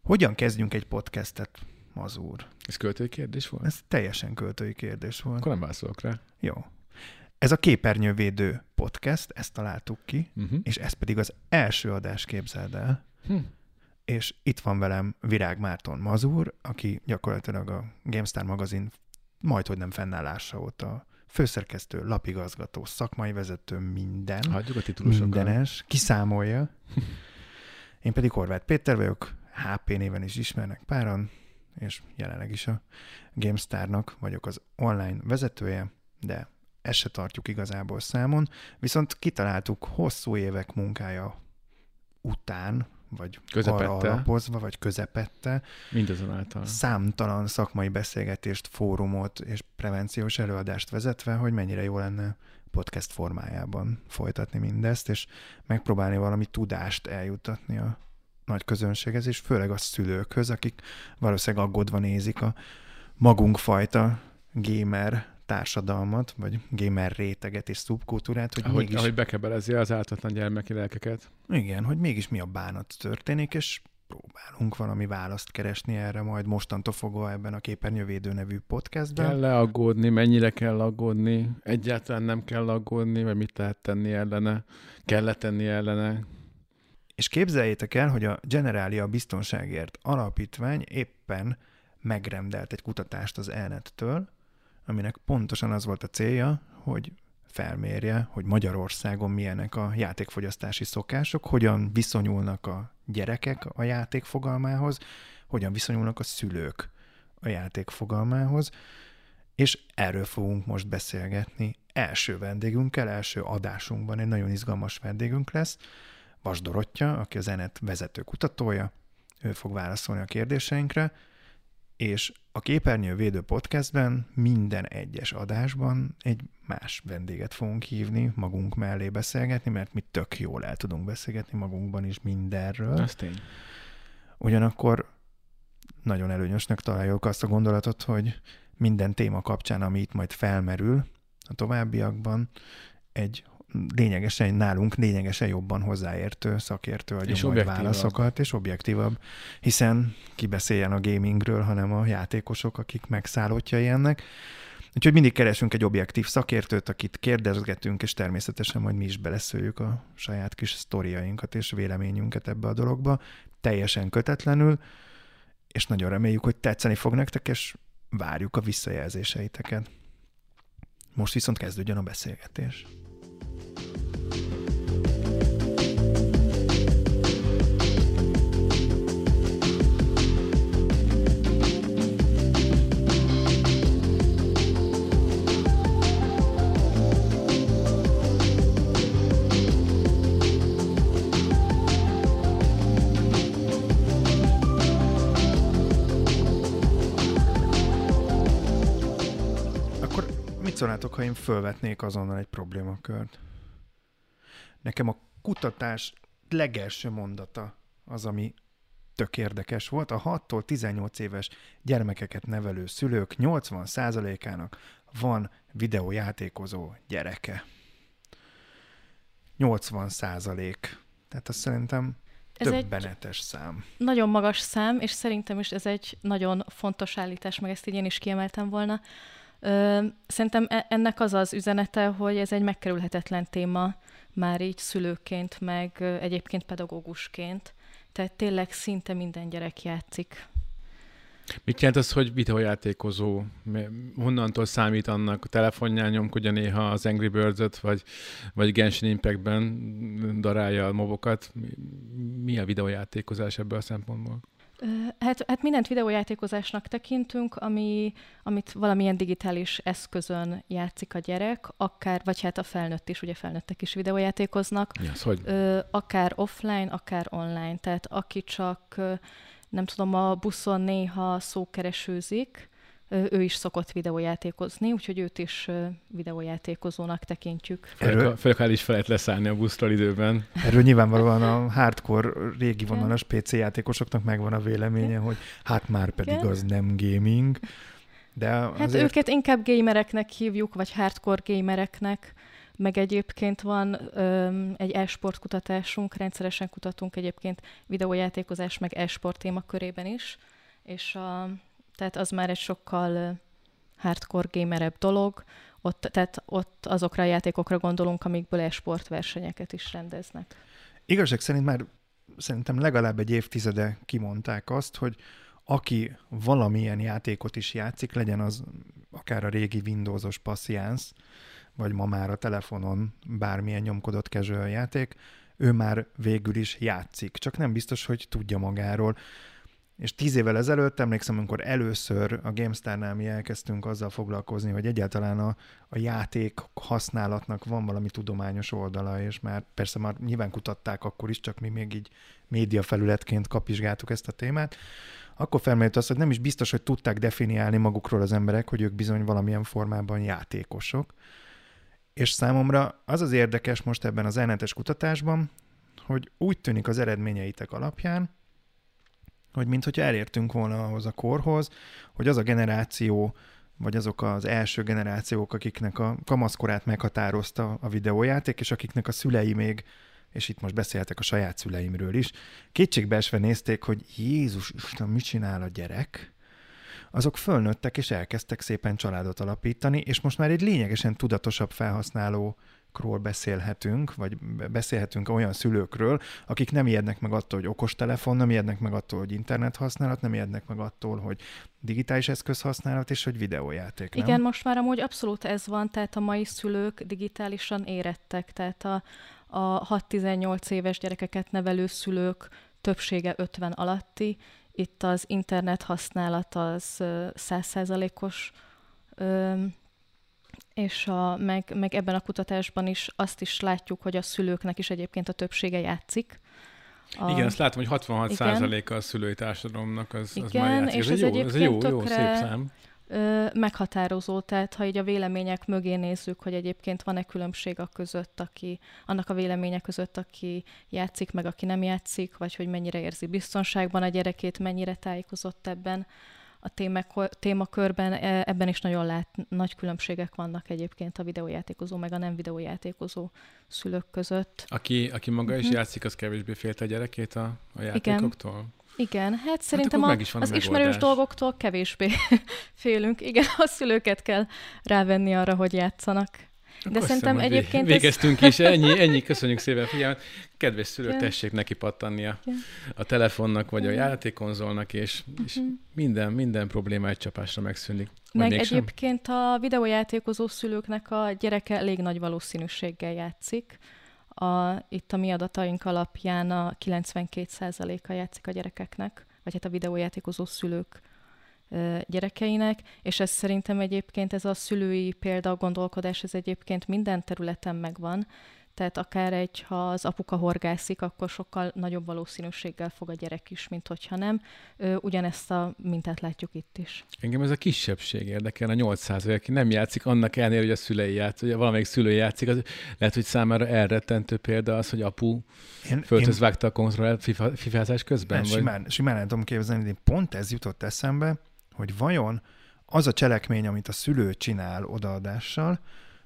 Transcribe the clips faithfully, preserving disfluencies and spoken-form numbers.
Hogyan kezdjünk egy podcastet, Mazur? Ez költői kérdés volt? Ez teljesen költői kérdés volt. Akkor nem válaszolok rá. Jó. Ez a Képernyővédő podcast, ezt találtuk ki, Uh-huh. és ez pedig az első adás, képzeld el. Hm. És itt van velem Virág Márton Mazur, aki gyakorlatilag a GameStar magazin majdhogy nem fennállása óta főszerkesztő, lapigazgató, szakmai vezető, minden. Hagyjuk a titulusokat. Mindenes, kiszámolja. Én pedig Horváth Péter vagyok, há pé néven is ismernek páran, és jelenleg is a GameStarnak vagyok az online vezetője, de ezt se tartjuk igazából számon. Viszont kitaláltuk hosszú évek munkája után, vagy Közepette. arra alapozva, vagy közepette. Mindazonáltal. Számtalan szakmai beszélgetést, fórumot és prevenciós előadást vezetve, hogy mennyire jó lenne podcast formájában folytatni mindezt, és megpróbálni valami tudást eljuttatni a nagy közönséghez, és főleg a szülőkhöz, akik valószínűleg aggódva nézik a magunkfajta gamer társadalmat, vagy gamer réteget és szubkultúrát, hogy Ahogy, mégis... ahogy bekebelezi az ártatlan gyermeki lelkeket. Igen, hogy mégis mi a bánat történik, és próbálunk valami választ keresni erre majd mostantól fogva ebben a Képernyővédő nevű podcastben. Kell-e aggódni, mennyire kell aggódni, egyáltalán nem kell aggódni, vagy mit lehet tenni ellene, kell-e tenni ellene. És képzeljétek el, hogy a Generalia Biztonságért Alapítvány éppen megrendelt egy kutatást az Elnettől, aminek pontosan az volt a célja, hogy felmérje, hogy Magyarországon milyenek a játékfogyasztási szokások, hogyan viszonyulnak a gyerekek a játék fogalmához, hogyan viszonyulnak a szülők a játék fogalmához, és erről fogunk most beszélgetni első vendégünkkel, első adásunkban egy nagyon izgalmas vendégünk lesz, Vas Dorottya, aki az Enet vezető kutatója, ő fog válaszolni a kérdéseinkre, és a Képernyővédő podcastben minden egyes adásban egy más vendéget fogunk hívni, magunk mellé beszélgetni, mert mi tök jól el tudunk beszélgetni magunkban is mindenről. Ez tény. Ugyanakkor nagyon előnyösnek találjuk azt a gondolatot, hogy minden téma kapcsán, ami itt majd felmerül a továbbiakban, egy lényegesen, nálunk lényegesen jobban hozzáértő szakértő adjon majd objektívabb. válaszokat, és objektívabb, hiszen ki beszéljen a gamingről, hanem a játékosok, akik megszállottjai ennek. Úgyhogy mindig keresünk egy objektív szakértőt, akit kérdezgetünk, és természetesen majd mi is beleszőjük a saját kis sztoriainkat és véleményünket ebbe a dologba, teljesen kötetlenül, és nagyon reméljük, hogy tetszeni fog nektek, és várjuk a visszajelzéseiteket. Most viszont kezdődjön a beszélgetés. Mit szólnátok, ha én fölvetnék azonnal egy problémakört? Nekem a kutatás legelső mondata az, ami tök érdekes volt. A hattól tizennyolc éves gyermekeket nevelő szülők nyolcvan százalékának van videójátékozó gyereke. nyolcvan százalék. Tehát azt szerintem Ez döbbenetes szám. Nagyon magas szám, és szerintem is ez egy nagyon fontos állítás, meg ezt így én is kiemeltem volna. Szerintem ennek az az üzenete, hogy ez egy megkerülhetetlen téma már így szülőként, meg egyébként pedagógusként. Tehát tényleg szinte minden gyerek játszik. Mit jelent az, hogy videójátékozó? Honnantól számít annak? A telefonján nyomkodja néha az Angry Birds-öt, vagy, vagy Genshin Impact-ben darálja a mobokat. Mi a videójátékozás ebből a szempontból? Hát, hát mindent videójátékozásnak tekintünk, ami, amit valamilyen digitális eszközön játszik a gyerek, akár, vagy hát a felnőtt is, ugye felnőttek is videójátékoznak. Mi az, hogy? Ö, akár offline, akár online. Tehát aki csak, nem tudom, a buszon néha szókeresőzik, ő is szokott videójátékozni, úgyhogy őt is videójátékozónak tekintjük. Erről fel is felett leszállni a buszról időben. Erről nyilvánvalóan a hardcore régi vonalas pé cé játékosoknak megvan a véleménye, hogy hát már pedig az nem gaming. De hát azért... őket inkább gamereknek hívjuk, vagy hardcore gamereknek. meg egyébként van öm, egy e-sport kutatásunk, rendszeresen kutatunk egyébként videójátékozás meg e-sport témakörében is, és a, tehát az már egy sokkal hardcore gamerebb dolog, ott, tehát ott azokra a játékokra gondolunk, amikből e-sport versenyeket is rendeznek. Igazság szerint már szerintem legalább egy évtizede kimondták azt, hogy aki valamilyen játékot is játszik, legyen az akár a régi Windowsos passziánsz, vagy ma már a telefonon bármilyen nyomkodott casual játék, ő már végül is játszik. Csak nem biztos, hogy tudja magáról. És tíz évvel ezelőtt, emlékszem, amikor először a GameStar-nál mi elkezdtünk azzal foglalkozni, hogy egyáltalán a, a játék használatnak van valami tudományos oldala, és már persze már nyilván kutatták akkor is, csak mi még így médiafelületként kapizsgáltuk ezt a témát, akkor felmerült az, hogy nem is biztos, hogy tudták definiálni magukról az emberek, hogy ők bizony valamilyen formában játékosok. És számomra az az érdekes most ebben az elnetes kutatásban, hogy úgy tűnik az eredményeitek alapján, hogy minthogyha elértünk volna ahhoz a korhoz, hogy az a generáció, vagy azok az első generációk, akiknek a kamaszkorát meghatározta a videójáték, és akiknek a szülei még, és itt most beszélhetek a saját szüleimről is, kétségbeesve nézték, hogy Jézus Isten, mit csinál a gyerek, azok fölnőttek és elkezdtek szépen családot alapítani, és most már egy lényegesen tudatosabb felhasználókról beszélhetünk, vagy beszélhetünk olyan szülőkről, akik nem ijednek meg attól, hogy okostelefon, nem ijednek meg attól, hogy internet használat, nem ijednek meg attól, hogy digitális eszköz használat, és hogy videójáték, nem? Igen, most már amúgy abszolút ez van, tehát a mai szülők digitálisan érettek, tehát a, a hat-tizennyolc éves gyerekeket nevelő szülők többsége ötven alatti. Itt az internet használat az száz százalékos, és a, meg, meg ebben a kutatásban is azt is látjuk, hogy a szülőknek is egyébként a többsége játszik. A... Igen, azt látom, hogy hatvanhat százaléka a szülői társadalomnak az, az Igen, már játszik. és ez, ez egy jó, ez egy jó, jó, szép szám. Ö, meghatározó, tehát ha így a vélemények mögé nézzük, hogy egyébként van-e különbség a között, aki, annak a véleménye között, aki játszik, meg aki nem játszik, vagy hogy mennyire érzi biztonságban a gyerekét, mennyire tájékozott ebben a témakor, témakörben, ebben is nagyon lát, nagy különbségek vannak egyébként a videójátékozó, meg a nem videójátékozó szülők között. Aki, aki maga is uh-huh. játszik, az kevésbé félt a gyerekét a, a játékoktól? Igen. Igen, hát szerintem hát a, az ismerős dolgoktól kevésbé félünk. Igen, a szülőket kell rávenni arra, hogy játszanak. De akkor szerintem hiszem, egyébként... Végeztünk ez... is, ennyi, ennyi, köszönjük szépen figyelmet. Kedves szülők, Igen. tessék neki pattanni a, Igen. a telefonnak, vagy Igen. a játékkonzolnak, és, uh-huh. és minden, minden probléma egy csapásra megszűnik. Meg egyébként a videójátékozó szülőknek a gyereke elég nagy valószínűséggel játszik. A, itt a mi adataink alapján a kilencvenkét százaléka játszik a gyerekeknek, vagy hát a videójátékozó szülők ö, gyerekeinek, és ez szerintem egyébként ez a szülői példagondolkodás, ez egyébként minden területen megvan, tehát akár egy, ha az apuka horgászik, akkor sokkal nagyobb valószínűséggel fog a gyerek is, mint hogyha nem. Ö, ugyanezt a mintát látjuk itt is. Engem ez a kisebbség érdekel, a nyolc százalék, aki nem játszik, annak ellenére, hogy a szülei játszik, vagy valamelyik szülő játszik, az lehet, hogy számára elrettentő példa az, hogy apu földhöz vágta a kontrollert fifa, fifázás közben. Vagy... Simán, simán nem tudom képzelni, de pont ez jutott eszembe, hogy vajon az a cselekmény, amit a szülő csinál odaadással,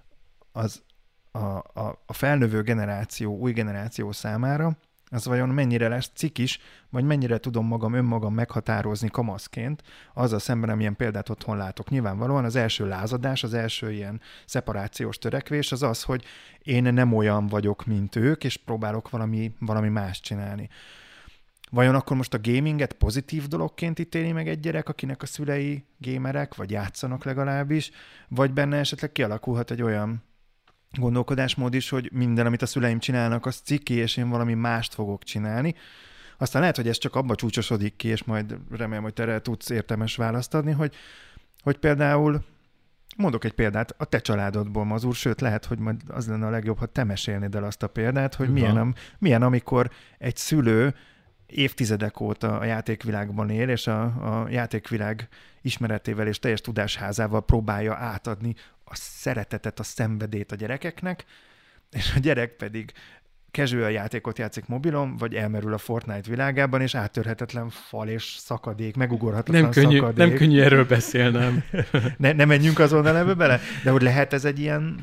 az A, a, a felnövő generáció, új generáció számára, az vajon mennyire lesz cikis, vagy mennyire tudom magam önmagam meghatározni kamaszként, azzal szemben, amilyen példát otthon látok. Nyilvánvalóan az első lázadás, az első ilyen szeparációs törekvés az az, hogy én nem olyan vagyok, mint ők, és próbálok valami, valami mást csinálni. Vajon akkor most a gaminget pozitív dologként ítéli meg egy gyerek, akinek a szülei gamerek, vagy játszanak legalábbis, vagy benne esetleg kialakulhat egy olyan gondolkodásmód is, hogy minden, amit a szüleim csinálnak, az ciki, és én valami mást fogok csinálni. Aztán lehet, hogy ez csak abba csúcsosodik ki, és majd remélem, hogy te erre tudsz értelmes választ adni, hogy, hogy például, mondok egy példát, a te családodból, Mazur, sőt, lehet, hogy majd az lenne a legjobb, ha te mesélnéd el azt a példát, hogy milyen, am, milyen amikor egy szülő évtizedek óta a játékvilágban él, és a, a játékvilág ismeretével és teljes tudásházával próbálja átadni a szeretetet, a szenvedélyt a gyerekeknek, és a gyerek pedig casual játékot játszik mobilon, vagy elmerül a Fortnite világában, és áttörhetetlen fal és szakadék, megugorhatatlan nem könnyű, szakadék. Nem könnyű erről beszélnem. ne, ne menjünk azonnal ebbe bele, de hogy lehet ez egy ilyen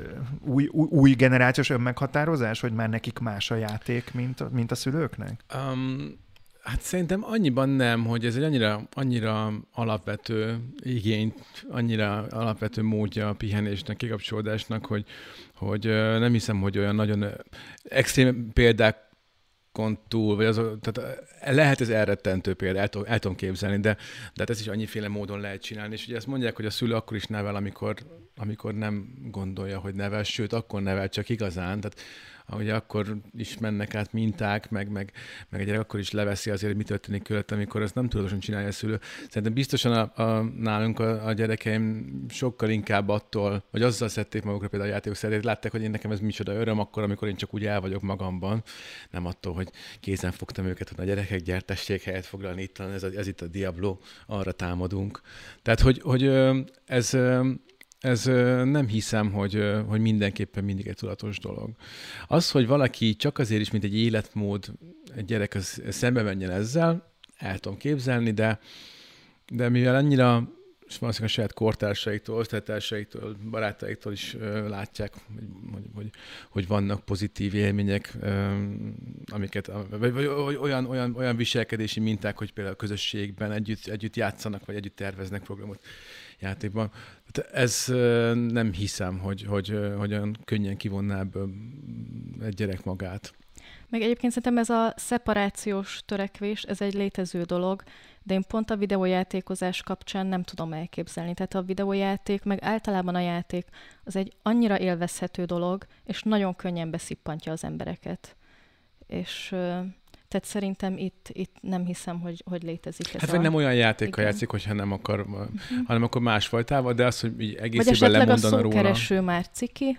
új, új, új generációs önmeghatározás, hogy már nekik más a játék, mint, mint a szülőknek? Um, hát szerintem annyiban nem, hogy ez egy annyira, annyira alapvető igényt, annyira alapvető módja a pihenésnek, kikapcsolódásnak, hogy, hogy nem hiszem, hogy olyan nagyon extrém példák túl, vagy az, tehát lehet ez elrettentő példa, el, el tudom képzelni, de, de hát ez is annyiféle módon lehet csinálni, és ugye azt mondják, hogy a szülő akkor is nevel, amikor, amikor nem gondolja, hogy nevel, sőt, akkor nevel csak igazán, tehát ahogy akkor is mennek át minták, meg, meg, meg a gyerek akkor is leveszi azért, hogy mi történik körülött, amikor ezt nem tudatosan csinálja a szülő. Szerintem biztosan a, a, nálunk a, a gyerekeim sokkal inkább attól, hogy azzal szedték magukra például a játékok szeretét, látták, hogy én nekem ez micsoda öröm, akkor, amikor én csak úgy el vagyok magamban, nem attól, hogy kézen fogtam őket, hogy a gyerekek gyertessék helyet foglalni, itt ez, a, ez itt a Diablo, arra támadunk. Tehát, hogy, hogy ez... Ez nem hiszem, hogy, hogy mindenképpen mindig egy tudatos dolog. Az, hogy valaki csak azért is, mint egy életmód, egy gyerek az szembe menjen ezzel, el tudom képzelni, de, de mivel annyira, és valószínűleg a saját kortársaiktól, osztálytársaiktól, barátaiktól is látják, hogy, hogy, hogy vannak pozitív élmények, amiket, vagy, vagy olyan, olyan, olyan viselkedési minták, hogy például a közösségben együtt, együtt játszanak, vagy együtt terveznek programot játékban. Ez nem hiszem, hogy, hogy, hogy olyan könnyen kivonná ebből egy gyerek magát. Meg egyébként szerintem ez a szeparációs törekvés, ez egy létező dolog, de én pont a videójátékozás kapcsán nem tudom elképzelni. Tehát a videójáték, meg általában a játék, az egy annyira élvezhető dolog, és nagyon könnyen beszippantja az embereket. És... Tehát szerintem itt, itt nem hiszem, hogy, hogy létezik ez hát, a... vagy nem olyan játékkal igen. játszik, hogyha nem akar, uh-huh. hanem akkor másfajtával, de az, hogy így egész vagy évben lemondana róla. Vagy esetleg a szókereső már ciki.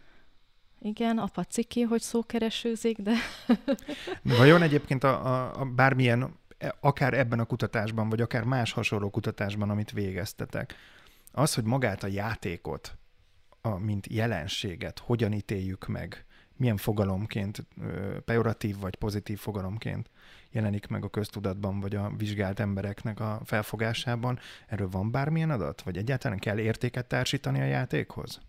Igen, apa ciki, hogy szókeresőzik, de... Vajon egyébként a, a, a bármilyen, akár ebben a kutatásban, vagy akár más hasonló kutatásban, amit végeztetek, az, hogy magát a játékot, a, mint jelenséget, hogyan ítéljük meg, milyen fogalomként, pejoratív vagy pozitív fogalomként jelenik meg a köztudatban, vagy a vizsgált embereknek a felfogásában. Erről van bármilyen adat? Vagy egyáltalán kell értéket társítani a játékhoz?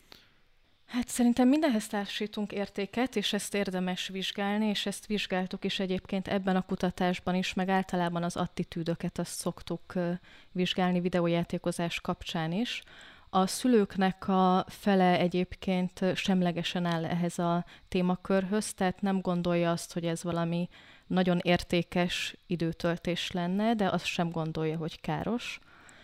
Hát szerintem mindenhez társítunk értéket, és ezt érdemes vizsgálni, és ezt vizsgáltuk is egyébként ebben a kutatásban is, meg általában az attitűdöket azt szoktuk vizsgálni videójátékozás kapcsán is. A szülőknek a fele egyébként semlegesen áll ehhez a témakörhöz, tehát nem gondolja azt, hogy ez valami nagyon értékes időtöltés lenne, de azt sem gondolja, hogy káros.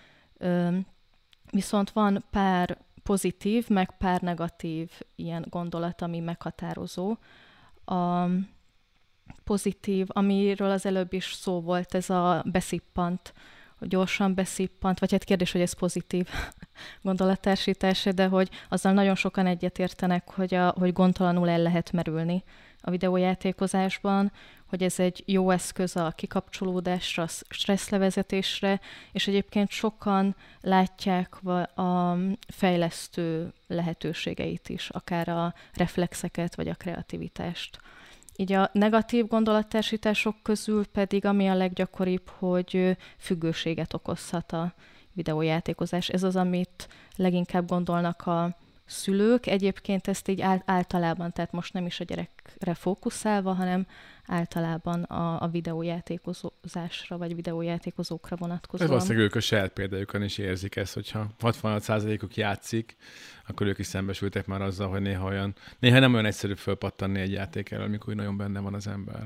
Viszont van pár pozitív, meg pár negatív ilyen gondolat, ami meghatározó. A pozitív, amiről az előbb is szó volt, ez a beszippant, hogy gyorsan beszippant, vagy hát kérdés, hogy ez pozitív gondolattársítása, de hogy azzal nagyon sokan egyetértenek, hogy, a, hogy gondtalanul el lehet merülni a videójátékozásban, hogy ez egy jó eszköz a kikapcsolódásra, a stresszlevezetésre, és egyébként sokan látják a fejlesztő lehetőségeit is, akár a reflexeket, vagy a kreativitást. Így a negatív gondolattársítások közül pedig, ami a leggyakoribb, hogy függőséget okozhat a videójátékozás. Ez az, amit leginkább gondolnak a szülők. Egyébként ezt így általában, tehát most nem is a gyerekre fókuszálva, hanem általában a, a videójátékozásra, vagy videójátékozókra vonatkozóan. Ez valószínűleg ők a saját példájukon is érzik ezt, hogyha hatvanhat százalékuk játszik, akkor ők is szembesültek már azzal, hogy néha olyan, néha nem olyan egyszerű fölpattanni egy játék elől, amikor nagyon benne van az ember.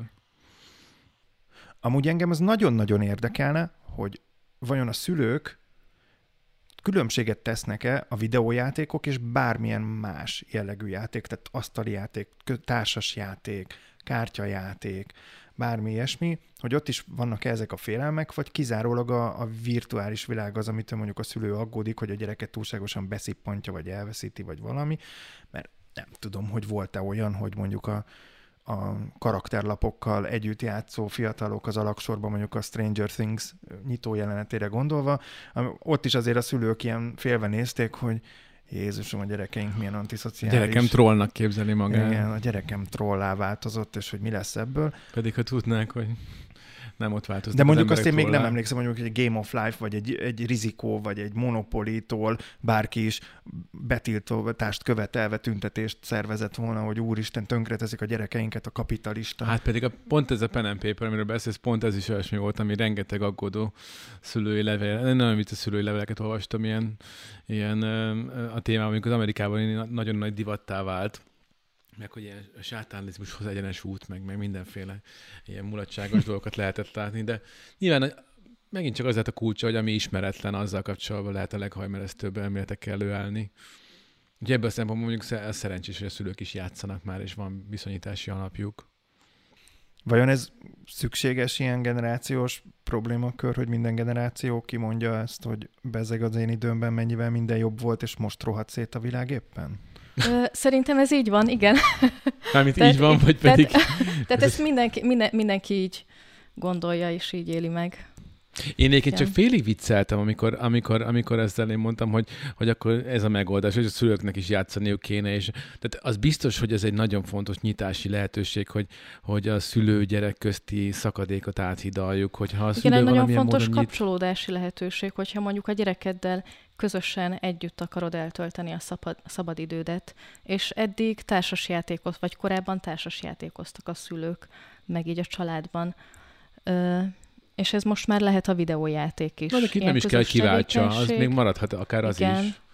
Amúgy engem az nagyon-nagyon érdekelne, hogy vajon a szülők különbséget tesznek-e a videójátékok és bármilyen más jellegű játék, tehát asztali játék, társas játék, kártyajáték, bármi ilyesmi, hogy ott is vannak ezek a félelmek, vagy kizárólag a, a virtuális világ az, amit mondjuk a szülő aggódik, hogy a gyereket túlságosan beszippantja, vagy elveszíti, vagy valami, mert nem tudom, hogy volt-e olyan, hogy mondjuk a, a karakterlapokkal együtt játszó fiatalok az alaksorban, mondjuk a Stranger Things nyitó jelenetére gondolva, ott is azért a szülők ilyen félve nézték, hogy Jézusom, a gyerekeink milyen antiszociális. A gyerekem trollnak képzeli magát. Igen, a gyerekem trollá változott, és hogy mi lesz ebből. Pedig ha tudnák, hogy nem ott változtak. De mondjuk azt én még nem emlékszem, hogy mondjuk egy Game of Life, vagy egy, egy Rizikó, vagy egy Monopoly-tól bárki is betiltást követelve tüntetést szervezett volna, hogy úristen, tönkreteszik a gyerekeinket a kapitalista. Hát pedig a, pont ez a pen and paper, amiről beszélsz, pont ez is olyasmi volt, ami rengeteg aggódó szülői levél. Nem vicces szülői leveleket olvastam, ilyen, ilyen a témában, amikor az Amerikában nagyon nagy divattá vált, meg hogy ilyen sátánizmushoz egyenes út, meg, meg mindenféle ilyen mulatságos dolgokat lehetett látni, de nyilván megint csak az lehet a kulcsa, hogy ami ismeretlen, azzal kapcsolatban lehet a leghajmeresztőbb elméletekkel előállni. Ugye ebből a szempontból mondjuk szerencsés, hogy a szülők is játszanak már, és van viszonyítási alapjuk. Vajon ez szükséges ilyen generációs problémakör, hogy minden generáció kimondja ezt, hogy bezeg az én időmben mennyivel minden jobb volt, és most rohadt szét a világ éppen? Ö, szerintem ez így van, igen. Mármint így van, vagy tehát, pedig... Tehát ezt mindenki, minden, mindenki így gondolja, és így éli meg. Én egyébként csak félig vicceltem, amikor, amikor, amikor ezzel én mondtam, hogy, hogy akkor ez a megoldás, hogy a szülőknek is játszaniuk kéne, és tehát az biztos, hogy ez egy nagyon fontos nyitási lehetőség, hogy, hogy a szülő-gyerek közti szakadékot áthidaljuk, hogyha a szülő igen, egy nagyon fontos nyit... kapcsolódási lehetőség, hogyha mondjuk a gyerekeddel közösen együtt akarod eltölteni a szabad, szabadidődet, és eddig társasjátékot, vagy korábban társasjátékoztak a szülők, meg így a családban. Ö, és ez most már lehet a videójáték is. Na, de nem is kell kiváltsa, az még maradhat akár az igen. is.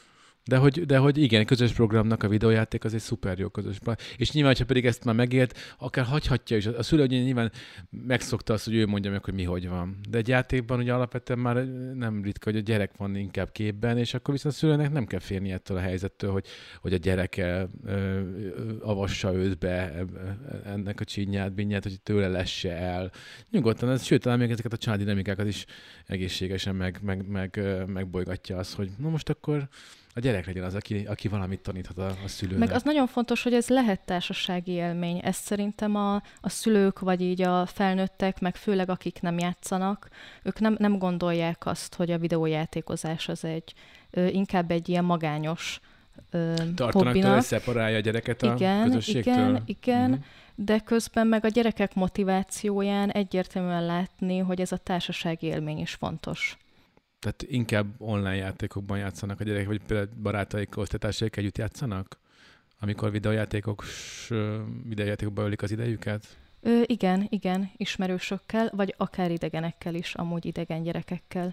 De hogy, de hogy igen, közös programnak a videójáték az egy szuper jó közös program. És nyilván, ha pedig ezt már megélt, akár hagyhatja is. A szülő ugye nyilván megszokta azt, hogy ő mondja meg, hogy mi hogy van. De egy játékban ugye alapvetően már nem ritka, hogy a gyerek van inkább képben, és akkor viszont a szülőnek nem kell félni ettől a helyzettől, hogy, hogy a gyereke ö, ö, avassa őt be ennek a csínyát, binyát, hogy tőle lesse el. Nyugodtan, ez, sőt, talán még ezeket a családi dinamikákat is egészségesen meg, meg, meg, megbolygatja az, hogy na most akkor a gyerek legyen az, aki, aki valamit taníthat a, a szülőnek. Meg az nagyon fontos, hogy ez lehet társasági élmény. Ezt szerintem a, a szülők, vagy így a felnőttek, meg főleg akik nem játszanak, ők nem, nem gondolják azt, hogy a videójátékozás az egy ö, inkább egy ilyen magányos ö, Tartanak hobbinak. tőle, szeparálja a gyereket a igen, közösségtől? Igen, igen, mm-hmm. de közben meg a gyerekek motivációján egyértelműen látni, hogy ez a társasági élmény is fontos. Tehát inkább online játékokban játszanak a gyerekek, vagy például barátaikkal, osztálytársaik együtt játszanak, amikor videójátékok, videójátékokba ölik az idejüket? Ö, igen, igen, ismerősökkel, vagy akár idegenekkel is, amúgy idegen gyerekekkel.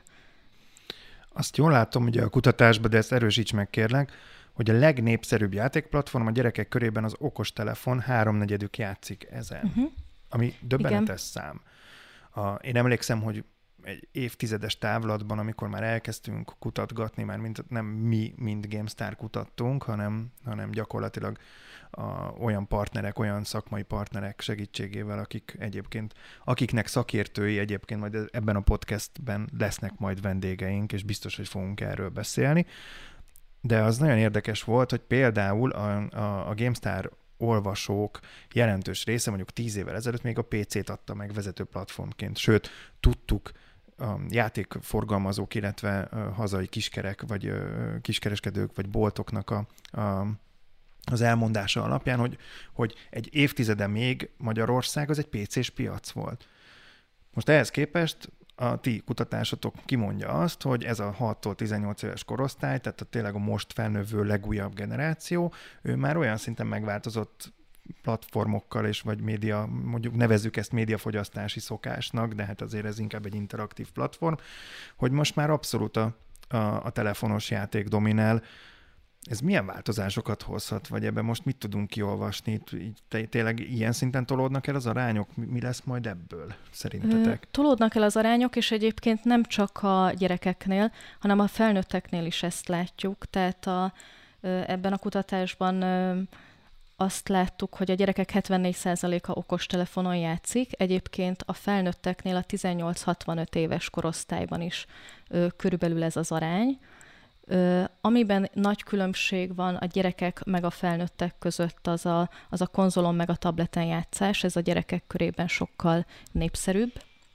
Azt jól látom ugye a kutatásban, de ezt erősíts meg kérlek, hogy a legnépszerűbb játékplatform a gyerekek körében az okostelefon, háromnegyedük játszik ezen, uh-huh. ami döbbenetes szám. A, én emlékszem, hogy egy évtizedes távlatban, amikor már elkezdtünk kutatgatni, már mint, nem mi, mint GameStar kutattunk, hanem, hanem gyakorlatilag a, olyan partnerek, olyan szakmai partnerek segítségével, akik egyébként, akiknek szakértői egyébként majd ebben a podcastben lesznek majd vendégeink, és biztos, hogy fogunk erről beszélni. De az nagyon érdekes volt, hogy például a, a, a GameStar olvasók jelentős része mondjuk tíz évvel ezelőtt még a pé cét adta meg vezető platformként. Sőt, tudtuk a játékforgalmazók, illetve hazai kiskerek, vagy kiskereskedők, vagy boltoknak a, a, az elmondása alapján, hogy, hogy egy évtizede még Magyarország az egy pé cés piac volt. Most ehhez képest a ti kutatásotok kimondja azt, hogy ez a hattól tizennyolc éves korosztály, tehát a tényleg a most felnövő legújabb generáció, ő már olyan szinten megváltozott platformokkal és vagy média, mondjuk nevezzük ezt médiafogyasztási szokásnak, de hát azért ez inkább egy interaktív platform, hogy most már abszolút a, a, a telefonos játék dominál. Ez milyen változásokat hozhat, vagy ebben most mit tudunk kiolvasni? Így, tényleg ilyen szinten tolódnak el az arányok? Mi lesz majd ebből szerintetek? Tolódnak el az arányok, és egyébként nem csak a gyerekeknél, hanem a felnőtteknél is ezt látjuk. Tehát a, ebben a kutatásban azt láttuk, hogy a gyerekek hetvennégy százaléka okostelefonon játszik, egyébként a felnőtteknél a tizennyolc-hatvanöt éves korosztályban is ö, körülbelül ez az arány. Ö, amiben nagy különbség van a gyerekek meg a felnőttek között, az a, az a konzolon meg a tableten játszás, ez a gyerekek körében sokkal népszerűbb.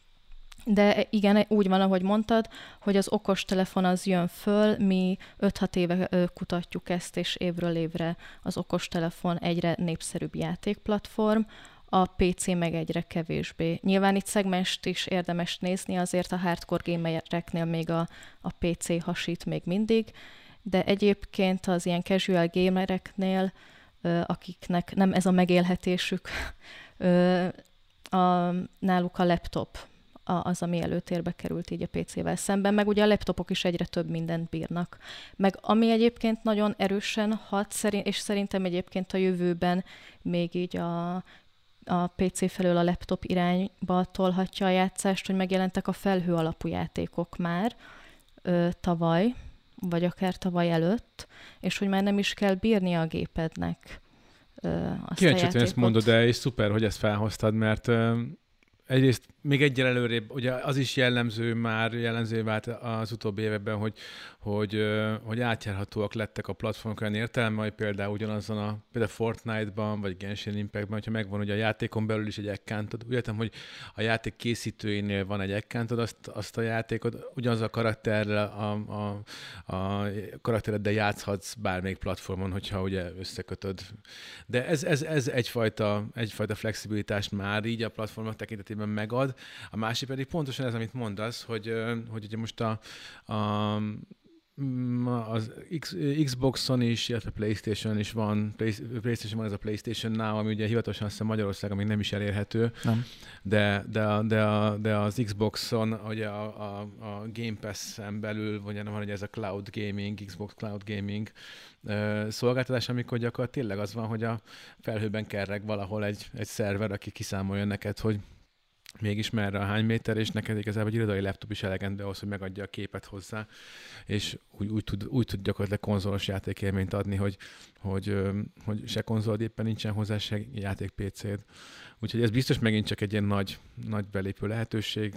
De igen, úgy van, ahogy mondtad, hogy az okostelefon az jön föl, mi öt-hat éve kutatjuk ezt, és évről évre az okostelefon egyre népszerűbb játékplatform. a pé cé meg egyre kevésbé. Nyilván itt szegmest is érdemes nézni, azért a hardcore gamereknél még a, a pé cé hasít még mindig, de egyébként az ilyen casual gamereknél, akiknek nem ez a megélhetésük, a, náluk a laptop az, ami előtérbe került így a pé cével szemben, meg ugye a laptopok is egyre több mindent bírnak. Meg ami egyébként nagyon erősen hat, és szerintem egyébként a jövőben még így a, a pé cé felől a laptop irányba tolhatja a játszást, hogy megjelentek a felhő alapú játékok már ö, tavaly, vagy akár tavaly előtt, és hogy már nem is kell bírnia a gépednek ö, azt Kíváncsi, a játékot. ezt mondod, de és szuper, hogy ezt felhoztad, mert ö, egyrészt még egyel előrébb, ugye az is jellemző már, jellemző vált az utóbbi években, hogy, hogy, hogy átjárhatóak lettek a platformok olyan értelme, hogy például ugyanazon a például Fortnite-ban, vagy Genshin Impact-ban, hogyha megvan ugye a játékon belül is egy accountod, úgy értem, hogy a játék készítőinél van egy accountod, azt, azt a játékot ugyanaz a karakterrel, a, a, a karaktereddel játszhatsz bármelyik platformon, hogyha ugye összekötöd. De ez, ez, ez egyfajta, egyfajta flexibilitást már így a platformok tekintetében megad. A másik pedig pontosan ez, amit mondasz, hogy, hogy ugye most a, a az X, Xboxon is, illetve PlayStation is van, PlayStation van ez a PlayStation Now, ami ugye hivatalosan azt hiszem Magyarországon még nem is elérhető, nem. De, de, a, de, a, de az Xboxon ugye a, a, a Game Pass-en belül vagy van ugye ez a Cloud Gaming, Xbox Cloud Gaming uh, szolgáltatás, amikor gyakorlatilag tényleg az van, hogy a felhőben kerreg valahol egy, egy szerver, aki kiszámolja neked, hogy mégis merre a hány méter, és neked igazából egy irodai laptop is elegendő ahhoz, hogy megadja a képet hozzá, és úgy, úgy, tud, úgy tud gyakorlatilag konzolos játékélményt adni, hogy, hogy, hogy se konzolod éppen nincsen hozzá, se játék pé céd. Úgyhogy ez biztos megint csak egy ilyen nagy, nagy belépő lehetőség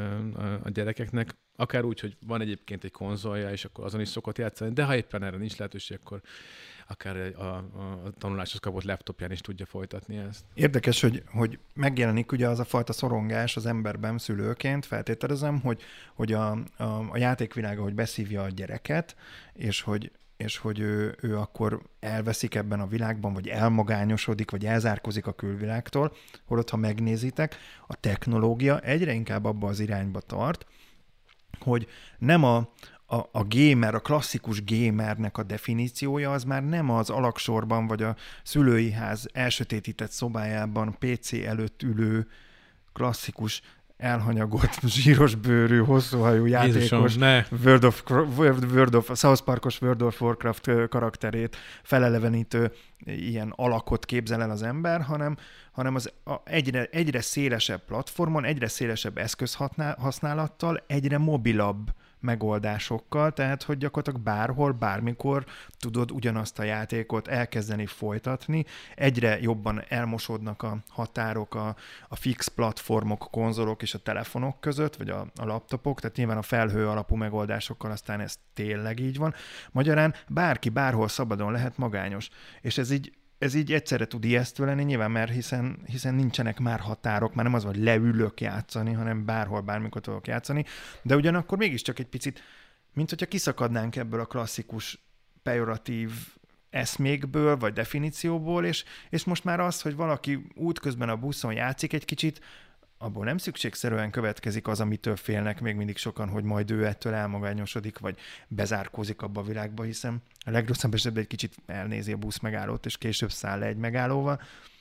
a gyerekeknek, akár úgy, hogy van egyébként egy konzolja, és akkor azon is szokott játszani, de ha éppen erre nincs lehetőség, akkor akár a, a, a tanuláshoz kapott laptopján is tudja folytatni ezt. Érdekes, hogy, hogy megjelenik ugye az a fajta szorongás az emberben szülőként, feltételezem, hogy, hogy a, a, a játékvilága, hogy beszívja a gyereket, és hogy, és hogy ő, ő akkor elveszik ebben a világban, vagy elmagányosodik, vagy elzárkozik a külvilágtól, holott ha megnézitek, a technológia egyre inkább abba az irányba tart, hogy nem a A, a gamer, a klasszikus gamernek a definíciója az már nem az alagsorban, vagy a szülői ház elsötétített szobájában pé cé előtt ülő klasszikus, elhanyagolt, zsíros bőrű, hosszúhajú játékos, World of, World of, South Parkos World of Warcraft karakterét felelevenítő ilyen alakot képzel el az ember, hanem, hanem az a egyre, egyre szélesebb platformon, egyre szélesebb eszközhasználattal, egyre mobilabb megoldásokkal, tehát hogy gyakorlatilag bárhol, bármikor tudod ugyanazt a játékot elkezdeni folytatni. Egyre jobban elmosódnak a határok a, a fix platformok, konzolok és a telefonok között, vagy a, a laptopok, tehát nyilván a felhő alapú megoldásokkal aztán ez tényleg így van. Magyarán bárki bárhol szabadon lehet magányos. És ez így Ez így egyszerre tud ijesztő lenni, nyilván, mert hiszen, hiszen nincsenek már határok, már nem az, hogy leülök játszani, hanem bárhol, bármikor tudok játszani, de ugyanakkor mégiscsak egy picit, mint hogyha kiszakadnánk ebből a klasszikus pejoratív eszmékből, vagy definícióból, és, és most már az, hogy valaki útközben a buszon játszik egy kicsit, abból nem szükségszerűen következik az, amitől félnek még mindig sokan, hogy majd ő ettől elmagányosodik, vagy bezárkózik abba a világba, hiszen a legrosszabb esetben egy kicsit elnézi a busz megállót, és később száll le egy megállóval,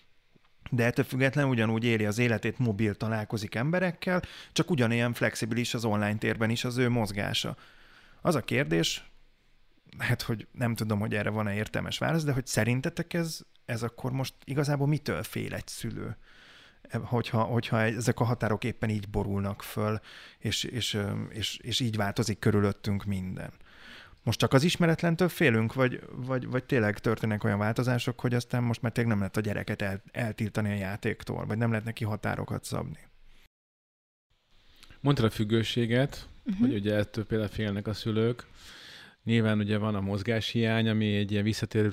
de ettől függetlenül ugyanúgy éli az életét, mobil, találkozik emberekkel, csak ugyanilyen flexibilis az online térben is az ő mozgása. Az a kérdés, hát, hogy nem tudom, hogy erre van-e értelmes válasz, de hogy szerintetek ez, ez akkor most igazából mitől fél egy szülő? Hogyha, hogyha ezek a határok éppen így borulnak föl, és, és, és, és így változik körülöttünk minden. Most csak az ismeretlentől félünk, vagy, vagy, vagy tényleg történnek olyan változások, hogy aztán most már tényleg nem lehet a gyereket el, eltiltani a játéktól, vagy nem lehet neki határokat szabni. Mondtad a függőséget, uh-huh. hogy ugye ettől például félnek a szülők. Nyilván ugye van a mozgáshiány, ami egy ilyen visszatérő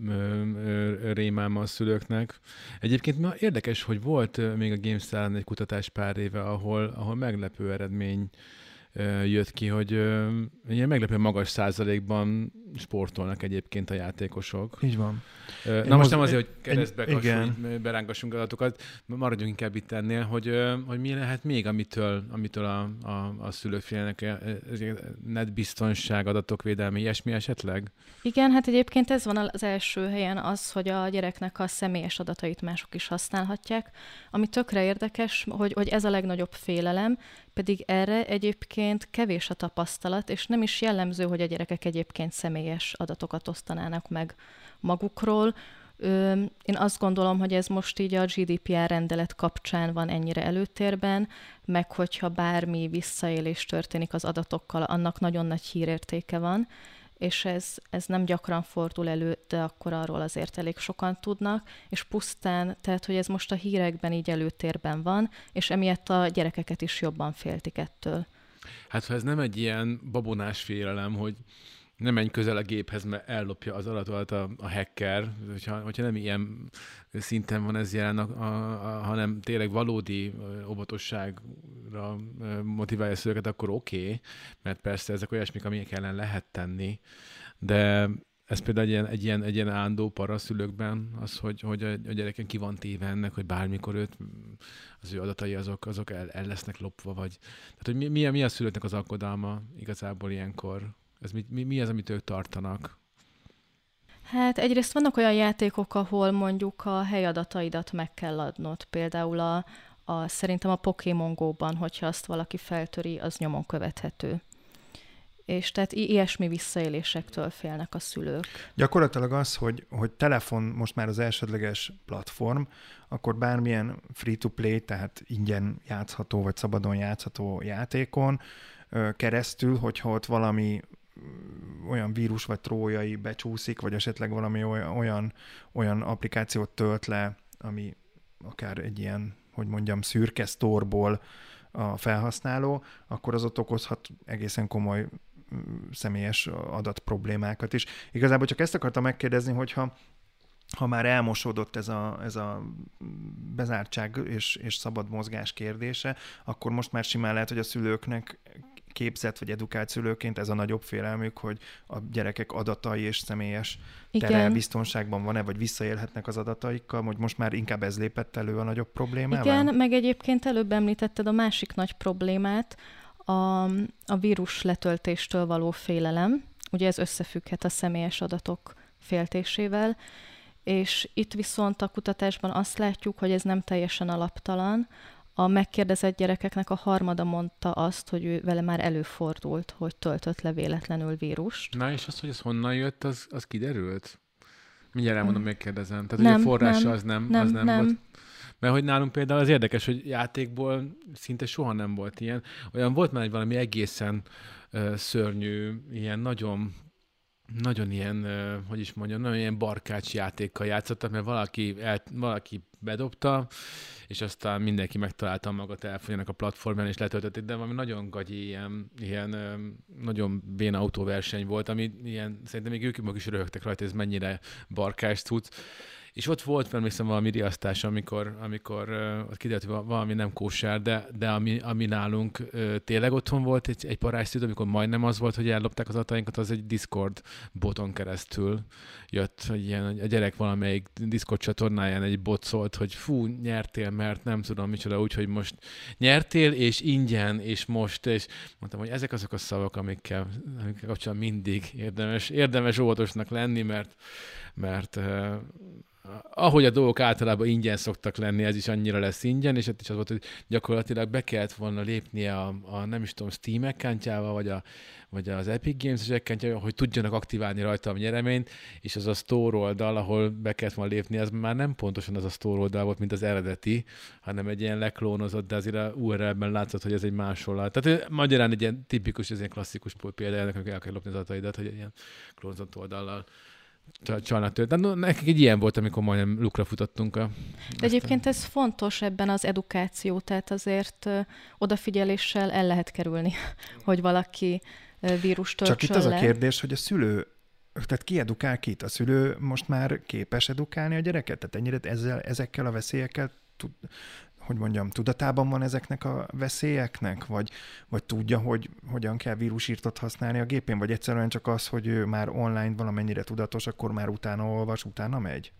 rémálma a szülőknek. Egyébként ma érdekes, hogy volt még a GameStar-en egy kutatás pár éve, ahol, ahol meglepő eredmény jött ki, hogy ilyen meglepően magas százalékban sportolnak egyébként a játékosok. Így van. Na Én most nem azért, hogy keresztbe igen. berángassunk adatokat, maradjunk inkább itt ennél, hogy, hogy mi lehet még, amitől, amitől a, a, a szülők félnek, netbiztonság, adatok védelmi, ilyesmi esetleg? Igen, hát egyébként ez van az első helyen az, hogy a gyereknek a személyes adatait mások is használhatják, ami tökre érdekes, hogy, hogy ez a legnagyobb félelem, pedig erre egyébként kevés a tapasztalat, és nem is jellemző, hogy a gyerekek egyébként személyes adatokat osztanának meg magukról. Én azt gondolom, hogy ez most így a gé dé pé er rendelet kapcsán van ennyire előtérben, meg hogyha bármi visszaélés történik az adatokkal, annak nagyon nagy hírértéke van, és ez, ez nem gyakran fordul elő, de akkor arról azért elég sokan tudnak, és pusztán, tehát hogy ez most a hírekben így előtérben van, és emiatt a gyerekeket is jobban féltik ettől. Hát ha ez nem egy ilyen babonás félelem, hogy nem menj közel a géphez, mert ellopja az adatokat a, a hacker, hogyha, hogyha nem ilyen szinten van ez jelen, a, a, a, hanem tényleg valódi óvatosságra motiválja a szülőket, akkor oké, okay, mert persze ezek olyasmik, amik ellen lehet tenni, de ez például egy ilyen, egy ilyen, egy ilyen állandó para szülőkben, az, hogy, hogy a gyereken ki van téve ennek, hogy bármikor őt, az ő adatai azok, azok el, el lesznek lopva, vagy... Tehát, hogy mi, mi, a, mi a szülőknek az aggodalma igazából ilyenkor? Ez mi, mi, mi az, amit ők tartanak? Hát egyrészt vannak olyan játékok, ahol mondjuk a helyadataidat meg kell adnod. Például a, a, szerintem a Pokémon Go-ban, hogyha azt valaki feltöri, az nyomon követhető. És tehát i- ilyesmi visszaélésektől félnek a szülők. Gyakorlatilag az, hogy, hogy telefon most már az elsődleges platform, akkor bármilyen free-to-play, tehát ingyen játszható, vagy szabadon játszható játékon keresztül, hogyha ott valami olyan vírus vagy trójai becsúszik, vagy esetleg valami olyan, olyan applikációt tölt le, ami akár egy ilyen, hogy mondjam, szürke sztorból a felhasználó, akkor az ott okozhat egészen komoly személyes adat problémákat is. Igazából csak ezt akartam megkérdezni, hogyha ha már elmosódott ez a, ez a bezártság és, és szabad mozgás kérdése, akkor most már simán lehet, hogy a szülőknek képzett vagy edukált szülőként ez a nagyobb félelmük, hogy a gyerekek adatai és személyes tere biztonságban van-e, vagy visszaélhetnek az adataikkal, hogy most már inkább ez lépett elő a nagyobb problémával? Igen, meg egyébként előbb említetted a másik nagy problémát, a, a vírus letöltéstől való félelem. Ugye ez összefügghet a személyes adatok féltésével, és itt viszont a kutatásban azt látjuk, hogy ez nem teljesen alaptalan. A megkérdezett gyerekeknek a harmada mondta azt, hogy ő vele már előfordult, hogy töltött le véletlenül vírust. Na és az, hogy ez honnan jött, az, az kiderült? Mindjárt elmondom, megkérdezem. Tehát nem, ugye a forrása nem, az nem, nem, az nem, nem volt. Mert hogy nálunk például az érdekes, hogy játékból szinte soha nem volt ilyen. Olyan volt már egy valami egészen uh, szörnyű, ilyen nagyon nagyon ilyen, hogy is mondjam, nagyon ilyen barkács játékkal játszottak, mert valaki, el, valaki bedobta, és aztán mindenki megtalálta maga telefonjának a platformján, és letöltötték, de valami nagyon gagyi, ilyen, ilyen nagyon béna autóverseny volt, ami ilyen, szerintem még ők maguk is röhögtek rajta, ez mennyire barkás cucc. És ott volt, emlékszem, valami riasztás, amikor, amikor uh, ott kiderült, hogy valami nem kóser, de, de ami, ami nálunk uh, tényleg otthon volt egy, egy parázszűt, amikor majdnem az volt, hogy ellopták az adatainkat, az egy Discord boton keresztül jött, hogy ilyen, a gyerek valamelyik Discord csatornáján egy bot szólt, hogy fú, nyertél, mert nem tudom micsoda, úgyhogy most nyertél, és ingyen, és most, és mondtam, hogy ezek azok a szavak, amikkel, amikkel kapcsolatban mindig érdemes, érdemes óvatosnak lenni, mert, mert uh, ahogy a dolgok általában ingyen szoktak lenni, ez is annyira lesz ingyen, és ott is az volt, hogy gyakorlatilag be kellett volna lépnie a, a nem is tudom, Steam accountjával, vagy, a, vagy az Epic Games-es accountjával, hogy tudjanak aktiválni rajta a nyereményt, és az a store oldal, ahol be kellett volna lépni, az már nem pontosan az a store oldal volt, mint az eredeti, hanem egy ilyen leklónozott, de azért a u er el-ben látszott, hogy ez egy másolal. Tehát magyarán egy ilyen tipikus, ez ilyen klasszikus példa ennek, amikor el kell lopni az adataidat, hogy egy ilyen klónozott oldallal csalnak tőle. De no, nekik egy ilyen volt, amikor majdnem lukra futottunk. A... De egyébként ez fontos ebben az edukáció, tehát azért ö, odafigyeléssel el lehet kerülni, hogy valaki ö, vírust töltsön Csak itt az le. a kérdés, hogy a szülő, tehát ki edukál kit? A szülő most már képes edukálni a gyereket? Tehát ennyire ezzel, ezekkel a veszélyekkel tud, hogy mondjam, tudatában van ezeknek a veszélyeknek, vagy, vagy tudja, hogy hogyan kell vírusírtot használni a gépén, vagy egyszerűen csak az, hogy ő már online valamennyire tudatos, akkor már utána olvas, utána megy?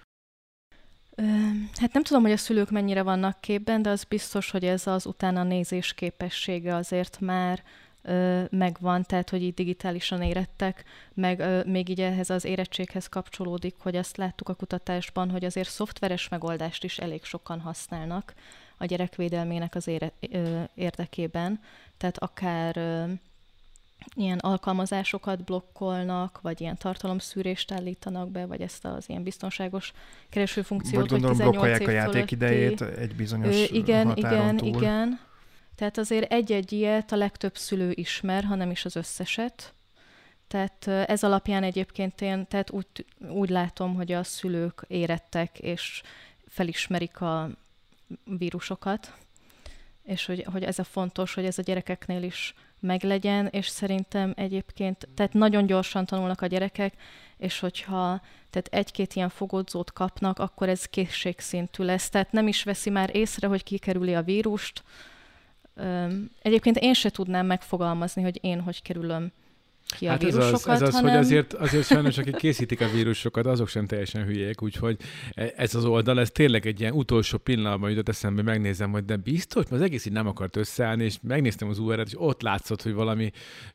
Hát nem tudom, hogy a szülők mennyire vannak képben, de az biztos, hogy ez az utána nézés képessége azért már ö, megvan, tehát hogy így digitálisan érettek, meg ö, még így ehhez az érettséghez kapcsolódik, hogy azt láttuk a kutatásban, hogy azért szoftveres megoldást is elég sokan használnak a gyerekvédelmének az ére, ö, érdekében, tehát akár ö, ilyen alkalmazásokat blokkolnak, vagy ilyen tartalomszűrést állítanak be, vagy ezt az ilyen biztonságos keresőfunkciót, vagy gondolom, hogy tizennyolc blokkolják év a játékidejét egy bizonyos Ö, igen, határon igen, túl. igen. Tehát azért egy-egy ilyet a legtöbb szülő ismer, ha nem is az összeset. Tehát ez alapján egyébként én tehát úgy, úgy látom, hogy a szülők érettek, és felismerik a vírusokat, és hogy, hogy ez a fontos, hogy ez a gyerekeknél is meglegyen, és szerintem egyébként, tehát nagyon gyorsan tanulnak a gyerekek, és hogyha tehát egy-két ilyen fogódzót kapnak, akkor ez készségszintű lesz. Tehát nem is veszi már észre, hogy kikerüli a vírust. Egyébként én se tudnám megfogalmazni, hogy én hogy kerülöm ki a hát vírusokat, ez az, ez az hanem... hogy azért, azért sajnos, akik készítik a vírusokat, azok sem teljesen hülyék, úgyhogy ez az oldal, ez tényleg egy ilyen utolsó pillanatban jutott eszembe, megnézem, hogy de biztos, mert az egész így nem akart összeállni, és megnéztem az u er el-et, és ott látszott, hogy valami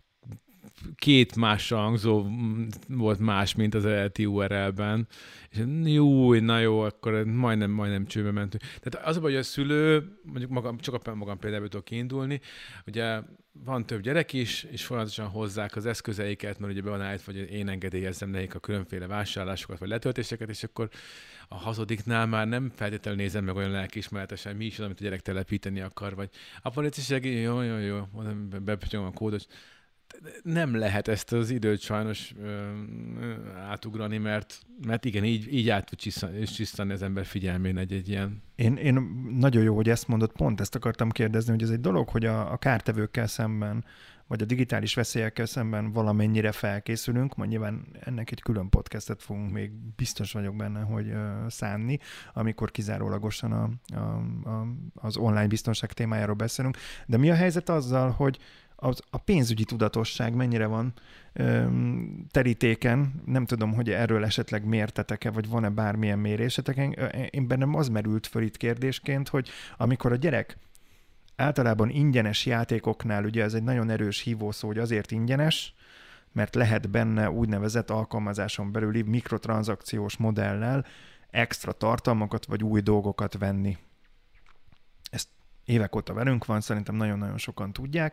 két másra hangzó volt más, mint az eredeti u er el-ben. És jó, na jó, akkor majdnem, majdnem csőbe mentünk. Tehát az, hogy a szülő, mondjuk magam, csak a magam például tudok kiindulni, ugye van több gyerek is, és folyamatosan hozzák az eszközeiket, mert ugye be van állítva, hogy én engedélyezzem nekik a különféle vásárlásokat, vagy letöltéseket, és akkor a hazudiknál már nem feltétlenül nézem meg olyan lelkiismeretesen, mi is az, amit a gyerek telepíteni akar, vagy apa, légy segíts, jó, jó, jó, bepötyögöm a kódot. Nem lehet ezt az időt sajnos ö, ö, átugrani, mert, mert igen, így, így át tud csisztani az ember figyelmén egy-egy ilyen... Én, én nagyon jó, hogy ezt mondod, pont ezt akartam kérdezni, hogy ez egy dolog, hogy a, a kártevőkkel szemben, vagy a digitális veszélyekkel szemben valamennyire felkészülünk, majd nyilván ennek egy külön podcastet fogunk még biztos vagyok benne, hogy uh, szánni, amikor kizárólagosan a, a, a, az online biztonság témájáról beszélünk. De mi a helyzet azzal, hogy az, a pénzügyi tudatosság mennyire van öm, terítéken, nem tudom, hogy erről esetleg mértetek-e, vagy van-e bármilyen mérésetek. Én bennem az merült föl itt kérdésként, hogy amikor a gyerek általában ingyenes játékoknál, ugye ez egy nagyon erős hívószó, hogy azért ingyenes, mert lehet benne úgynevezett alkalmazáson belüli mikrotranszakciós modellel extra tartalmakat, vagy új dolgokat venni. Ezt évek óta velünk van, szerintem nagyon-nagyon sokan tudják,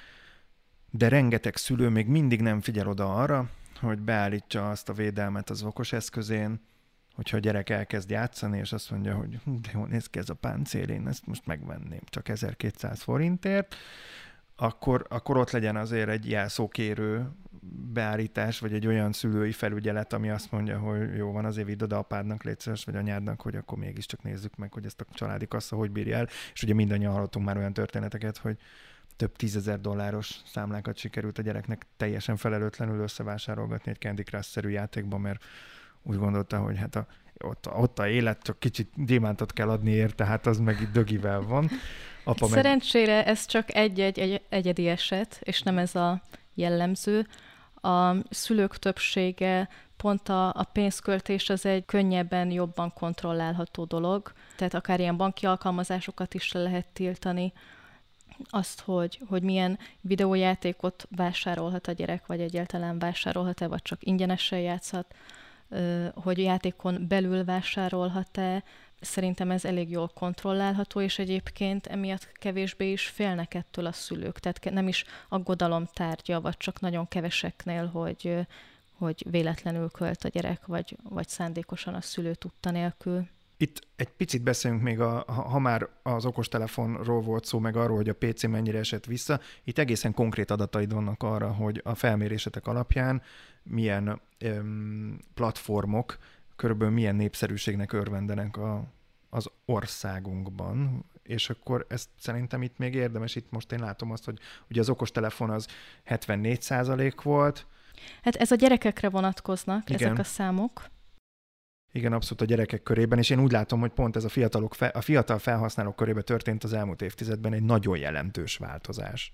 de rengeteg szülő még mindig nem figyel oda arra, hogy beállítsa azt a védelmet az okos eszközén, hogyha a gyerek elkezd játszani, és azt mondja, hogy de jól néz ki ez a páncél, én ezt most megvenném csak ezerkétszáz forintért, akkor, akkor ott legyen azért egy jelszókérő beállítás, vagy egy olyan szülői felügyelet, ami azt mondja, hogy jó van, azért vidd oda apádnak, légy szíves, vagy anyádnak, hogy akkor mégiscsak nézzük meg, hogy ezt a családi kassa hogy bírja el. És ugye mindannyian hallottunk már olyan történeteket, hogy több tízezer dolláros számlákat sikerült a gyereknek teljesen felelőtlenül összevásárolgatni egy Candy Crush-szerű játékban, mert úgy gondolta, hogy hát a, ott, ott a élet, csak kicsit gyémántot kell adni érte, hát az meg itt dögivel van. Apa Szerencsére meg... ez csak egy-egy egy, egyedi eset, és nem ez a jellemző. A szülők többsége pont a, a pénzköltés az egy könnyebben, jobban kontrollálható dolog, tehát akár ilyen banki alkalmazásokat is le lehet tiltani, azt, hogy, hogy milyen videójátékot vásárolhat a gyerek, vagy egyáltalán vásárolhat-e, vagy csak ingyenesen játszhat, hogy játékon belül vásárolhat-e. Szerintem ez elég jól kontrollálható, és egyébként emiatt kevésbé is félnek ettől a szülők. Tehát nem is aggodalom tárgya, vagy csak nagyon keveseknél, hogy, hogy véletlenül költ a gyerek, vagy, vagy szándékosan a szülő tudta nélkül. Itt egy picit beszélünk még, a, ha már az okostelefonról volt szó, meg arról, hogy a pé cé mennyire esett vissza, itt egészen konkrét adataid vannak arra, hogy a felmérésetek alapján milyen öm, platformok körülbelül milyen népszerűségnek örvendenek a, az országunkban, és akkor ezt szerintem itt még érdemes, itt most én látom azt, hogy ugye az okostelefon az hetvennégy százalék volt. Hát ez a gyerekekre vonatkoznak, igen, ezek a számok. Igen, abszolút a gyerekek körében, és én úgy látom, hogy pont ez a, fiatalok, a fiatal felhasználók körében történt az elmúlt évtizedben egy nagyon jelentős változás.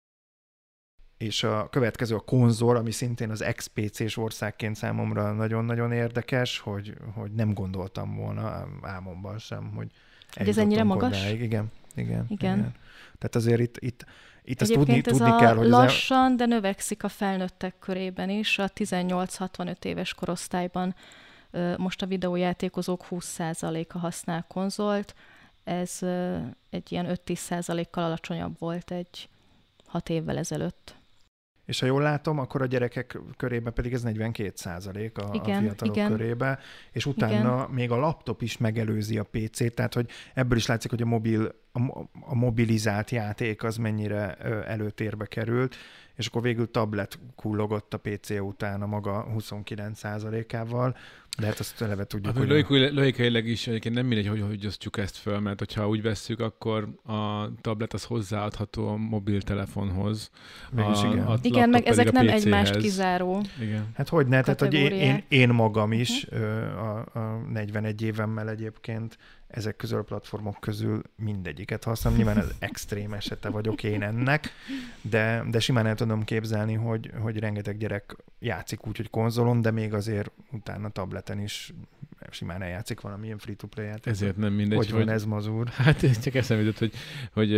És a következő a konzol, ami szintén az ex pé cés országként számomra nagyon-nagyon érdekes, hogy, hogy nem gondoltam volna álmomban sem, hogy hogy ez ennyire magas? Odáig. Igen, igen, igen. igen. Tehát azért itt, itt, itt azt Egyébként tudni, ez tudni kell, hogy lassan, de növekszik a felnőttek körében is. A tizennyolc-hatvanöt éves korosztályban most a videójátékozók húsz százaléka használ konzolt. Ez egy ilyen öt-tíz százalékkal alacsonyabb volt egy hat évvel ezelőtt. És ha jól látom, akkor a gyerekek körében pedig ez negyvenkét százalék a, igen, a fiatalok igen. körében, és utána igen. még a laptop is megelőzi a pé cét, tehát hogy ebből is látszik, hogy a, mobil, a, a mobilizált játék az mennyire előtérbe került, és akkor végül tablet kullogott a pé cé után a maga huszonkilenc százalékával, de hát azt eleve tudjuk, a, hogy... Logikailag is egyébként nem mindegy, hogy, hogy osztjuk ezt föl, mert hogyha úgy vesszük, akkor a tablet az hozzáadható a mobiltelefonhoz. Mégis a, igen. A igen, meg ezek nem egymást kizáró. Igen. Hát hogy ne, tehát hogy én, én, én magam is uh-huh. a, a negyvenegy évemmel egyébként ezek közül a platformok közül mindegyiket használom. Nyilván az extrém esete vagyok én ennek, de, de simán el tudom képzelni, hogy, hogy rengeteg gyerek játszik úgy, hogy konzolon, de még azért utána tableten is simán eljátszik valamilyen free-to-play játékot. Ezért nem mindegy, hogy... Hogy van ez, Mazur? Hát ez csak eszembe jutott, hogy, hogy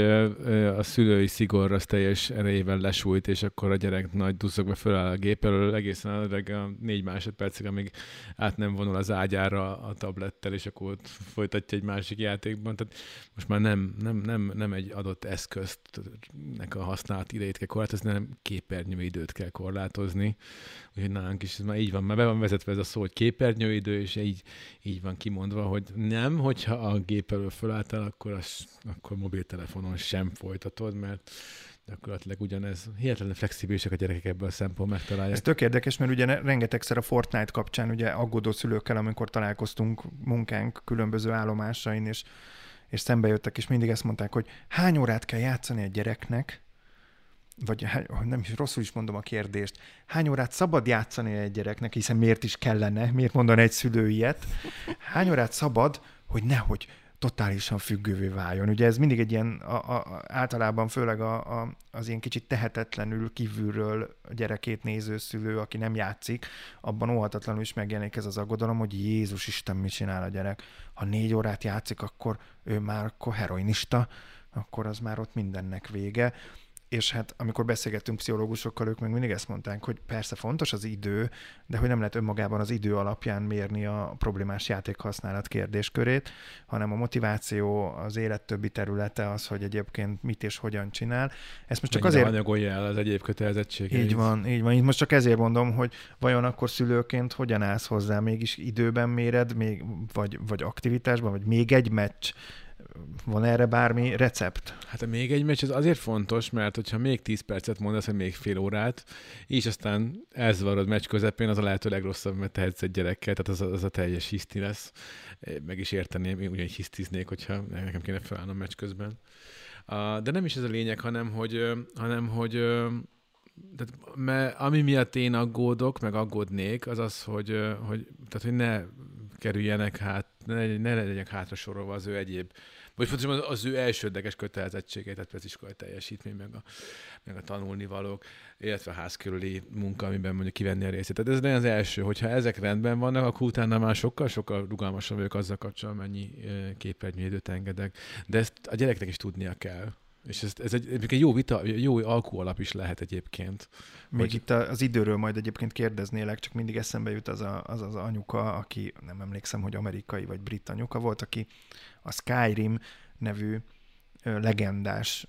a szülői szigor az teljes erejével lesújt, és akkor a gyerek nagy duzzogva föláll a gép elől egészen a négy másodpercig, amíg át nem vonul az ágyára a tablettel, és akkor ott folytatja egy másik játékban. Tehát most már nem, nem, nem, nem egy adott eszköznek a használat idejét kell korlátozni, hanem képernyőidőt kell korlátozni. Úgyhogy nálunk is ez már így van, már be van vezetve ez a szó, hogy képernyőidő, és így, így van kimondva, hogy nem, hogyha a gép elől fölálltál, akkor, az, akkor mobiltelefonon sem folytatod, mert gyakorlatilag ugyanez. Hihetetlenül flexibilisek a gyerekek ebből a szempontból megtalálják. Ez tök érdekes, mert ugye rengetegszer a Fortnite kapcsán ugye aggódó szülőkkel, amikor találkoztunk munkánk különböző állomásain, és, és szembe jöttek, és mindig ezt mondták, hogy hány órát kell játszani egy gyereknek, vagy nem is rosszul is mondom a kérdést, hány órát szabad játszani egy gyereknek, hiszen miért is kellene, miért mondaná egy szülő ilyet, hány órát szabad, hogy nehogy totálisan függővé váljon. Ugye ez mindig egy ilyen, a, a, általában főleg a, a, az ilyen kicsit tehetetlenül kívülről a gyerekét néző szülő, aki nem játszik, abban óhatatlanul is megjelenik ez az aggodalom, hogy Jézus Isten, mit csinál a gyerek. Ha négy órát játszik, akkor ő már akkor heroinista, akkor az már ott mindennek vége. És hát amikor beszélgettünk pszichológusokkal, ők meg mindig ezt mondták, hogy persze fontos az idő, de hogy nem lehet önmagában az idő alapján mérni a problémás játékhasználat kérdéskörét, hanem a motiváció, az élet többi területe az, hogy egyébként mit és hogyan csinál. Ezt most csak Mennyire azért... anyagolja el az egyéb kötelezettségeit. Így van, így van. Itt most csak ezért mondom, hogy vajon akkor szülőként hogyan állsz hozzá, mégis időben méred, még, vagy, vagy aktivitásban, vagy még egy meccs. Van erre bármi recept? Hát még egy meccs az azért fontos, mert hogyha még tíz percet mondasz, vagy még fél órát, és aztán elzavarod meccs közepén, az a lehető legrosszabb, mert tehetsz egy gyerekkel, tehát az a, az a teljes hiszti lesz. Meg is érteném, én ugyanis hisztiznék, hogyha nekem kéne felállnom meccs közben. De nem is ez a lényeg, hanem hogy, hanem, hogy tehát, mert ami miatt én aggódok, meg aggódnék, az az, hogy, hogy, tehát, hogy ne kerüljenek hát, ne, ne legyenek hátra sorolva az ő egyéb, vagy fontosan az ő elsődleges kötelezettségei, tehát az iskolai teljesítmény, meg a, meg a tanulnivalók, illetve a ház körüli munka, amiben mondjuk kivenni a részét. Tehát ez az első, hogyha ezek rendben vannak, akkor utána már sokkal-sokkal rugalmasabb vagyok azzal kapcsolatban, mennyi képernyőidőt engedek. De ezt a gyereknek is tudnia kell. És ez, ez egy, egy jó vita, jó alkualap is lehet egyébként. Még hogy... itt az időről majd egyébként kérdeznélek, csak mindig eszembe jut az, a, az az anyuka, aki nem emlékszem, hogy amerikai vagy brit anyuka volt, aki a Skyrim nevű ö, legendás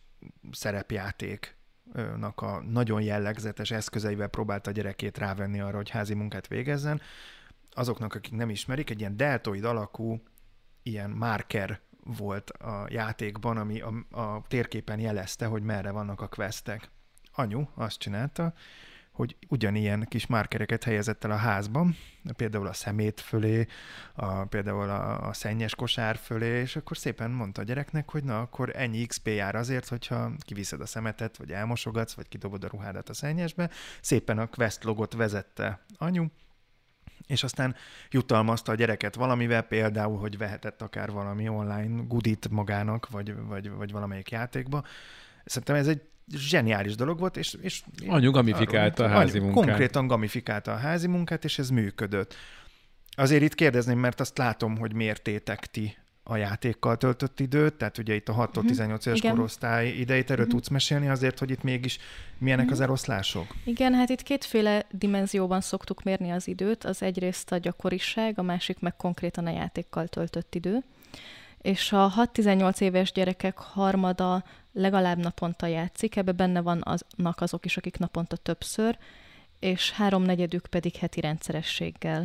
szerepjátéknak a nagyon jellegzetes eszközeivel próbálta a gyerekét rávenni arra, hogy házi munkát végezzen. Azoknak, akik nem ismerik, egy ilyen deltoid alakú ilyen marker volt a játékban, ami a, a térképen jelezte, hogy merre vannak a questek. Anyu azt csinálta, hogy ugyanilyen kis markereket helyezett el a házban, például a szemét fölé, a, például a, a szennyes kosár fölé, és akkor szépen mondta a gyereknek, hogy na, akkor ennyi iksz pé jár azért, hogyha kiviszed a szemetet, vagy elmosogatsz, vagy kidobod a ruhádat a szennyesbe. Szépen a quest logot vezette anyu, és aztán jutalmazta a gyereket valamivel, például, hogy vehetett akár valami online goodit magának, vagy, vagy, vagy valamelyik játékba. Szerintem ez egy zseniális dolog volt, és... és anyu gamifikálta arról, a házi munkát. Konkrétan gamifikálta a házi munkát, és ez működött. Azért itt kérdezném, mert azt látom, hogy mértétek ti a játékkal töltött időt, tehát ugye itt a hattól tizennyolc éves igen. korosztály idejét, erről uh-huh. tudsz mesélni azért, hogy itt mégis milyenek uh-huh. az eloszlások? Igen, hát itt kétféle dimenzióban szoktuk mérni az időt, az egyrészt a gyakoriság, a másik meg konkrétan a játékkal töltött idő. És a hat-tizennyolc éves gyerekek harmada legalább naponta játszik, ebbe benne vannak azok is, akik naponta többször, és háromnegyedük pedig heti rendszerességgel.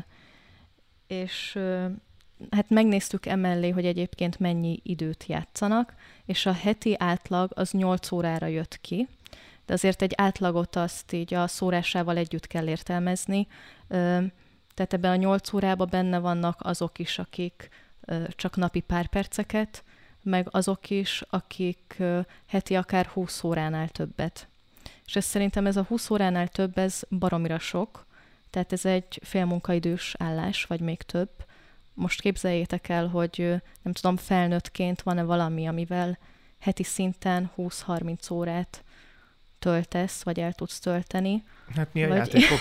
És hát megnéztük emellé, hogy egyébként mennyi időt játszanak, és a heti átlag az nyolc órára jött ki, de azért egy átlagot azt így a szórásával együtt kell értelmezni, tehát ebben a nyolc órában benne vannak azok is, akik csak napi pár perceket, meg azok is, akik heti akár húsz óránál többet. És ez szerintem ez a húsz óránál több, ez baromira sok, tehát ez egy félmunkaidős állás, vagy még több. Most képzeljétek el, hogy nem tudom, felnőttként van-e valami, amivel heti szinten húsz-harminc órát töltesz, vagy el tudsz tölteni. Hát mi a vagy... játékok?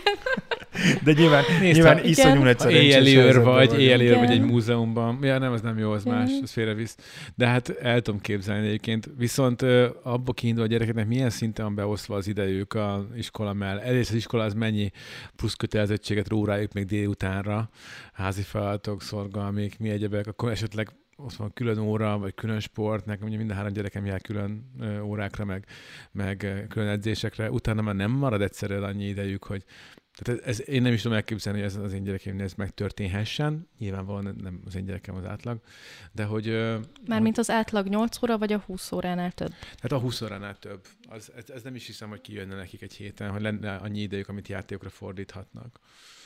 De nyilván, nyilván iszonyú nagy szerencsés. Éjjelőr vagy, éjjelőr vagy egy múzeumban. Ja, nem, az nem jó, az igen. más, az félrevisz. De hát el tudom képzelni egyébként. Viszont abba kiindul a gyerekeknek milyen szinten van beosztva az idejük az iskola mellett. Egyrészt az iskola az mennyi plusz kötelezettséget ró rájuk még délutánra, házi feladatok, szorgalmik, mi egyebek, akkor esetleg ott van külön óra, vagy külön sport, nekem ugye mind a három gyerekem jár külön ö, órákra, meg, meg külön edzésekre, utána már nem marad egyszerűen annyi idejük, hogy tehát ez, ez, én nem is tudom elképzelni, hogy ez az én gyerekeimnél ez megtörténhessen, nyilvánvalóan nem az én gyerekem az átlag, de hogy... Mármint hogy, az átlag nyolc óra, vagy a húsz óránál több? Hát a húsz óránál több. Az, ez, ez nem is hiszem, hogy kijönne nekik egy héten, hogy lenne annyi idejük, amit játékokra fordíthatnak.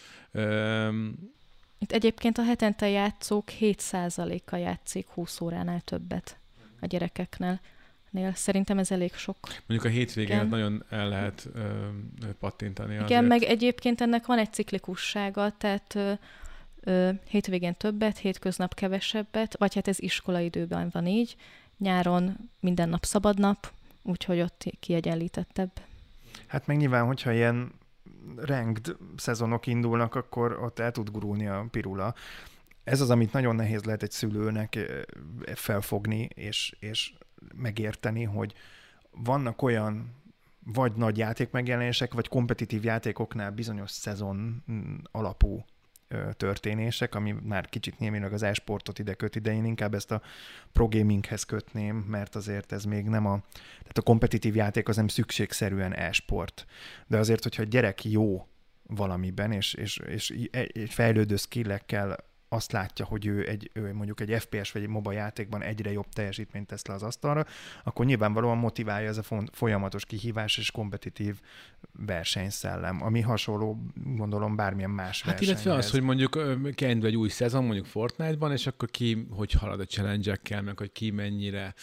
Üm, Itt egyébként a hetente játszók hét százaléka játszik húsz óránál többet a gyerekeknél. Szerintem ez elég sok. Mondjuk a hétvégén nagyon el lehet ö, pattintani. Igen, azért. meg egyébként ennek van egy ciklikussága, tehát ö, ö, hétvégén többet, hétköznap kevesebbet, vagy hát ez iskolaidőben van így, nyáron minden nap szabad nap, úgyhogy ott kiegyenlítettebb. Hát meg nyilván, hogyha ilyen ranked szezonok indulnak, akkor ott el tud gurulni a pirula. Ez az, amit nagyon nehéz lehet egy szülőnek felfogni, és, és megérteni, hogy vannak olyan vagy nagy játékmegjelenések, vagy kompetitív játékoknál bizonyos szezon alapú történések, ami már kicsit némileg az e-sportot ide köti, de én inkább ezt a pro gaminghez kötném, mert azért ez még nem a... Tehát a kompetitív játék az nem szükségszerűen e-sport. De azért, hogyha a gyerek jó valamiben, és, és, és egy fejlődő skillekkel azt látja, hogy ő, egy, ő mondjuk egy ef pé es vagy egy MOBA játékban egyre jobb teljesítményt tesz le az asztalra, akkor nyilvánvalóan motiválja ez a folyamatos kihívás és kompetitív versenyszellem, ami hasonló, gondolom, bármilyen más hát versenyhez. illetve az, hogy mondjuk kiindul egy új szezon, mondjuk Fortnite-ban, és akkor ki hogy halad a challenge-ekkel, meg hogy ki mennyire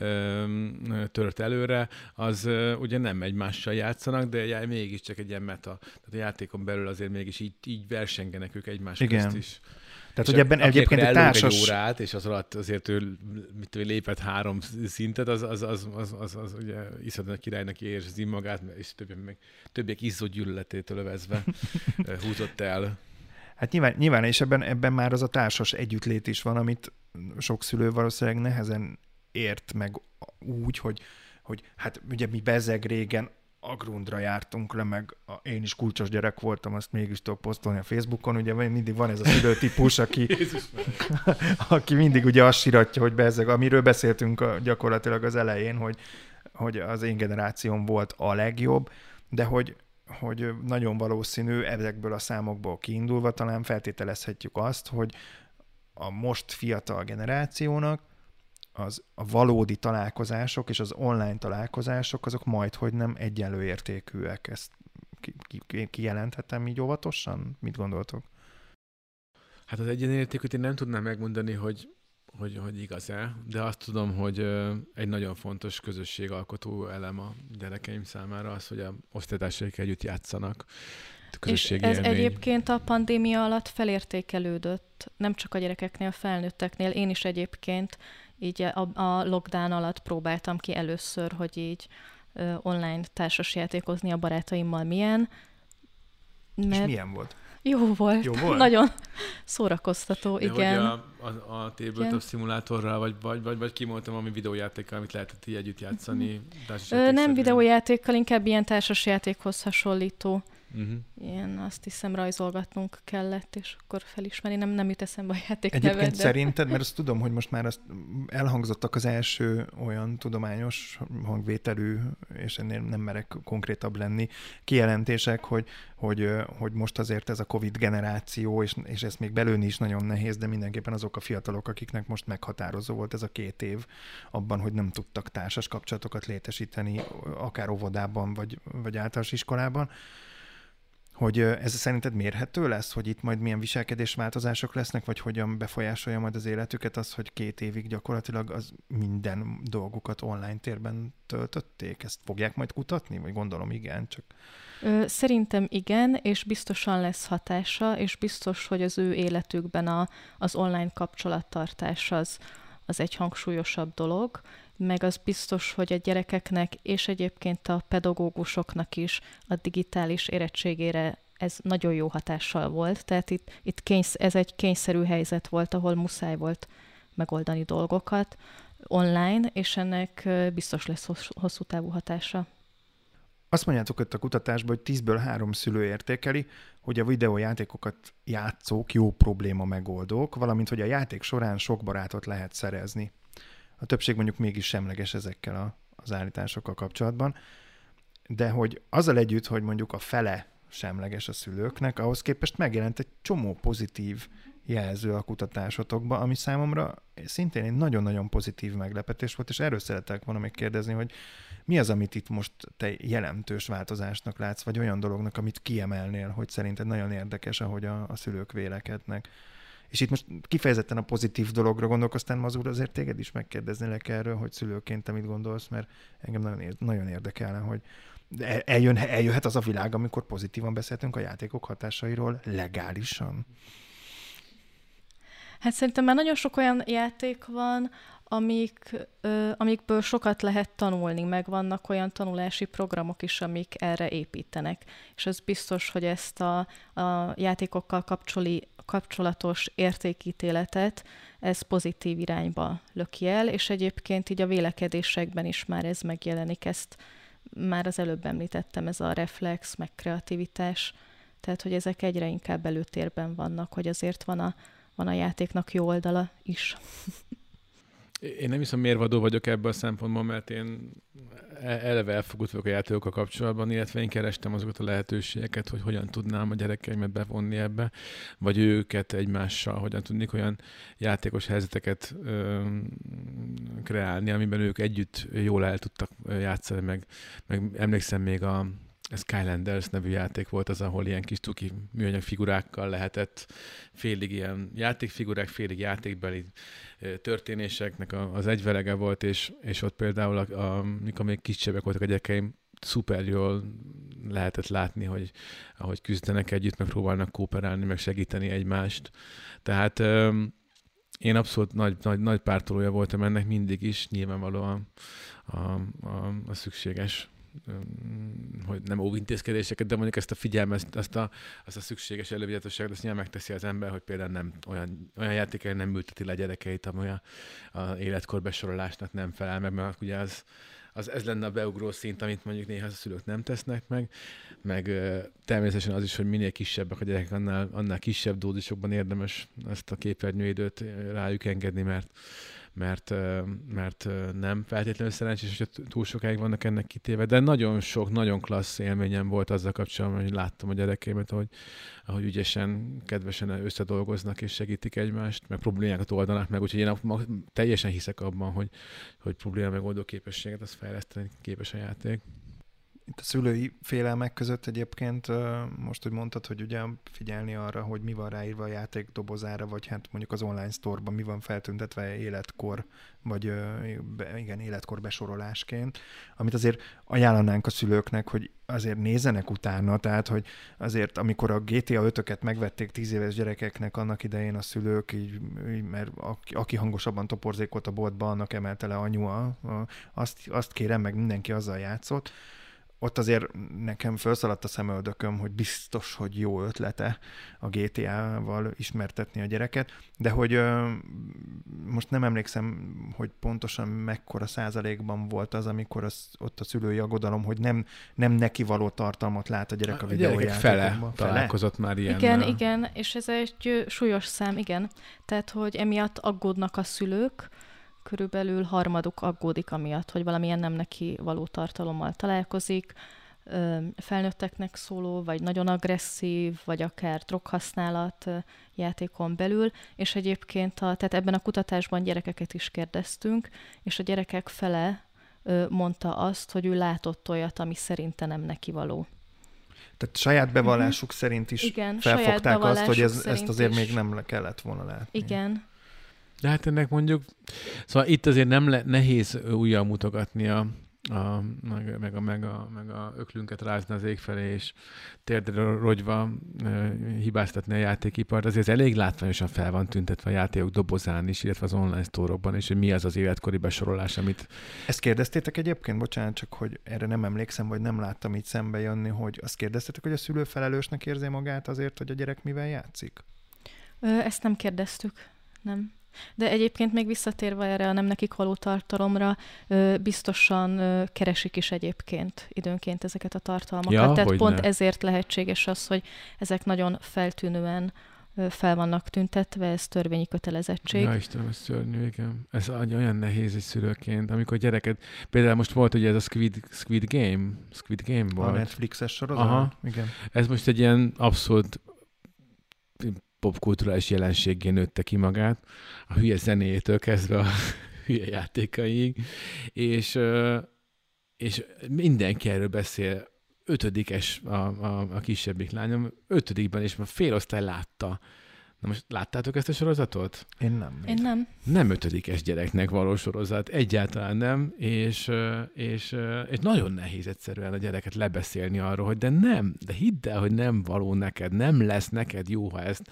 ö, tört előre, az ö, ugye nem egymással játszanak, de mégiscsak egy ilyen meta. Tehát a játékon belül azért mégis így, így versengenek ők egymás igen. közt is. Tehát, hogy ebben egyébként egy társas... egy órát, és az alatt azért ő, mit tudom, lépett három szintet, az, az, az, az, az, az ugye iszonyat királynak érzi magát, és többiek, meg, többiek izzó gyűlöletétől övezve húzott el. Hát nyilván, nyilván és ebben, ebben már az a társas együttlét is van, amit sok szülő valószínűleg nehezen ért meg úgy, hogy, hogy hát ugye mi bezzeg régen Agrundra jártunk le, meg a, én is kulcsos gyerek voltam, azt mégis tudok posztolni a Facebookon, ugye mindig van ez a szülőtípus, aki, aki mindig ugye azt siratja, hogy bezzeg, amiről beszéltünk a, gyakorlatilag az elején, hogy, hogy az én generációm volt a legjobb, de hogy, hogy nagyon valószínű ezekből a számokból kiindulva talán feltételezhetjük azt, hogy a most fiatal generációnak az a valódi találkozások és az online találkozások, azok majdhogy nem egyenlő értékűek. Ezt kijelenthetem így óvatosan? Mit gondoltok? Hát az egyenértékűt én nem tudnám megmondani, hogy, hogy, hogy igaz-e, de azt tudom, hogy egy nagyon fontos közösségalkotó elem a gyerekeim számára az, hogy a osztálytársaik együtt játszanak. közösségi És ez élmény. egyébként a pandémia alatt felértékelődött, nem csak a gyerekeknél, a felnőtteknél. Én is egyébként így a, a lockdown alatt próbáltam ki először, hogy így uh, online társasjátékozni a barátaimmal milyen. Mert... És milyen volt? Jó volt. Jó volt? Nagyon szórakoztató, de igen. Hogy a, a, a tabletop szimulátorral, vagy, vagy, vagy, vagy kimondtam, ami videójátékkal, amit lehetett így együtt játszani? Ö, nem videójátékkal, inkább ilyen társasjátékhoz hasonlító. Uh-huh. Ilyen, azt hiszem, rajzolgatnunk kellett, és akkor felismerni. Nem, nem jut eszembe a játék Egyébként neve, de... szerinted, mert azt tudom, hogy most már azt elhangzottak az első olyan tudományos hangvételű, és ennél nem merek konkrétabb lenni, kijelentések, hogy, hogy, hogy most azért ez a Covid generáció, és, és ezt még belőni is nagyon nehéz, de mindenképpen azok a fiatalok, akiknek most meghatározó volt ez a két év abban, hogy nem tudtak társas kapcsolatokat létesíteni, akár óvodában, vagy, vagy általános iskolában, hogy ez szerinted mérhető lesz, hogy itt majd milyen viselkedésváltozások lesznek, vagy hogyan befolyásolja majd az életüket az, hogy két évig gyakorlatilag az minden dolgukat online térben töltötték? Ezt fogják majd kutatni? Vagy gondolom igen, csak... Szerintem igen, és biztosan lesz hatása, és biztos, hogy az ő életükben a, az online kapcsolattartás az, az egy hangsúlyosabb dolog, meg az biztos, hogy a gyerekeknek és egyébként a pedagógusoknak is a digitális érettségére ez nagyon jó hatással volt. Tehát itt, itt kénysz, ez egy kényszerű helyzet volt, ahol muszáj volt megoldani dolgokat online, és ennek biztos lesz hosszú távú hatása. Azt mondjátok ott a kutatásban, hogy tízből három szülő értékeli, hogy a videójátékokat játszók jó probléma megoldók, valamint hogy a játék során sok barátot lehet szerezni. A többség mondjuk mégis semleges ezekkel a, az állításokkal kapcsolatban, de hogy azzal együtt, hogy mondjuk a fele semleges a szülőknek, ahhoz képest megjelent egy csomó pozitív jelző a kutatásotokban, ami számomra szintén egy nagyon-nagyon pozitív meglepetés volt, és erről szeretek volna még kérdezni, hogy mi az, amit itt most te jelentős változásnak látsz, vagy olyan dolognak, amit kiemelnél, hogy szerinted nagyon érdekes, ahogy a, a szülők vélekednek. És itt most kifejezetten a pozitív dologra gondolok, aztán Mazur azért téged is megkérdeznélek erről, hogy szülőként te mit gondolsz, mert engem nagyon, nagyon érdekelne, hogy eljön, eljöhet az a világ, amikor pozitívan beszéltünk a játékok hatásairól legálisan. Hát szerintem már nagyon sok olyan játék van, amik, ö, amikből sokat lehet tanulni, meg vannak olyan tanulási programok is, amik erre építenek. És az biztos, hogy ezt a, a játékokkal kapcsoli, kapcsolatos értékítéletet, ez pozitív irányba löki el, és egyébként így a vélekedésekben is már ez megjelenik, ezt már az előbb említettem, ez a reflex, meg kreativitás, tehát hogy ezek egyre inkább előtérben vannak, hogy azért van a, van a játéknak jó oldala is. Én nem hiszem mérvadó vagyok ebből a szempontból, mert én eleve elfogult vagyok a játékokkal kapcsolatban, illetve én kerestem azokat a lehetőségeket, hogy hogyan tudnám a gyerekeimet bevonni ebbe, vagy őket egymással, hogyan tudnék olyan játékos helyzeteket ö, kreálni, amiben ők együtt jól el tudtak játszani, meg, meg emlékszem még a Skylanders nevű játék volt az, ahol ilyen kis cuki műanyag figurákkal lehetett félig ilyen játékfigurák, félig játékbeli történéseknek az egyvelege volt, és, és ott például, a, a, mikor még kisebbek voltak a gyerekeim, szuper jól lehetett látni, hogy ahogy küzdenek együtt, meg próbálnak kooperálni, meg segíteni egymást. Tehát én abszolút nagy, nagy, nagy pártolója voltam ennek mindig is, nyilvánvalóan a, a, a szükséges, hogy nem óvintézkedéseket, de mondjuk ezt a figyelmet, azt a, azt a szükséges elővigyázatosságot, azt nyilván megteszi az ember, hogy például nem olyan, olyan játékán nem ülteti le a gyerekeit, ami a, a életkor besorolásnak nem felel meg, mert ugye az, az, ez lenne a beugró szint, amit mondjuk néha a szülők nem tesznek meg, meg természetesen az is, hogy minél kisebbek a gyerekek, annál, annál kisebb dózisokban érdemes ezt a képernyőidőt rájuk engedni, mert Mert, mert nem feltétlenül szerencsés, hogy túl sokáig vannak ennek kitéve, de nagyon sok, nagyon klassz élményem volt azzal kapcsolatban, hogy láttam a gyerekeimet, ahogy, ahogy ügyesen, kedvesen összedolgoznak és segítik egymást, meg problémákat oldanak meg, úgyhogy én teljesen hiszek abban, hogy, hogy probléma megoldó képességet az fejleszteni képes a játék. Itt a szülői félelmek között egyébként most, hogy mondtad, hogy ugye figyelni arra, hogy mi van ráírva a játék dobozára, vagy hát mondjuk az online store-ban mi van feltüntetve életkor, vagy igen, életkor besorolásként, amit azért ajánlanánk a szülőknek, hogy azért nézzenek utána, tehát, hogy azért amikor a gé té á ötöket megvették tíz éves gyerekeknek annak idején a szülők, így, így mert aki, aki hangosabban toporzékolt a boltba, annak emelte le anyu, a, azt, azt kérem, meg mindenki azzal játszott. Ott azért nekem felszaladt a szemöldököm, hogy biztos, hogy jó ötlete a gé té á-val ismertetni a gyereket, de hogy ö, most nem emlékszem, hogy pontosan mekkora százalékban volt az, amikor az, ott a szülői aggodalom, hogy nem, nem neki való tartalmat lát a gyerek a, a videójátékokban. Fele, fele találkozott már ilyen. Igen, igen, és ez egy súlyos szám, igen. Tehát, hogy emiatt aggódnak a szülők, körülbelül harmaduk aggódik amiatt, hogy valamilyen nem neki való tartalommal találkozik, felnőtteknek szóló, vagy nagyon agresszív, vagy akár droghasználat játékon belül, és egyébként a, tehát ebben a kutatásban gyerekeket is kérdeztünk, és a gyerekek fele mondta azt, hogy ő látott olyat, ami szerinte nem neki való. Tehát saját bevallásuk uh-huh. szerint is igen, felfogták azt, hogy ez, ezt azért is. Még nem kellett volna látni. Igen. De hát ennek mondjuk, szóval itt azért nem le, nehéz újjal mutogatni a, a, meg, meg, a, meg, a, meg a öklünket rázni az ég felé, és térdre rogyva e, hibáztatni a játékipart. Azért elég látványosan fel van tüntetve a játékok dobozán is, illetve az online sztórokban, és hogy mi az az életkori besorolás, amit... Ezt kérdeztétek egyébként? Bocsánat, csak hogy erre nem emlékszem, vagy nem láttam így szembe jönni, hogy azt kérdeztétek, hogy a szülő felelősnek érzi magát azért, hogy a gyerek mivel játszik? Ö, ezt nem kérdeztük, nem. De egyébként még visszatérve erre a nem nekik való tartalomra, biztosan keresik is egyébként időnként ezeket a tartalmakat. Ja, Tehát pont ne. ezért lehetséges az, hogy ezek nagyon feltűnően fel vannak tüntetve, ez törvényi kötelezettség. Ja, Istenem, ez szörnyű, igen. Ez olyan nehéz egy szülőként, amikor gyereket, például most volt ugye ez a Squid, Squid Game, Squid Game volt. A Netflixes sorozat? Aha. Igen. Ez most egy ilyen abszolút popkulturális jelenséggé nőtte ki magát, a hülye zenéjétől kezdve a hülye játékaig, és, és mindenki erről beszél. Ötödikes a, a, a kisebbik lányom, ötödikben, és már fél osztály látta. Na most láttátok ezt a sorozatot? Én nem. Én nem. Nem ötödikes gyereknek való sorozat, egyáltalán nem, és, és, és nagyon nehéz egyszerűen a gyereket lebeszélni arról, hogy de nem, de hidd el, hogy nem való neked, nem lesz neked jó, ha ezt.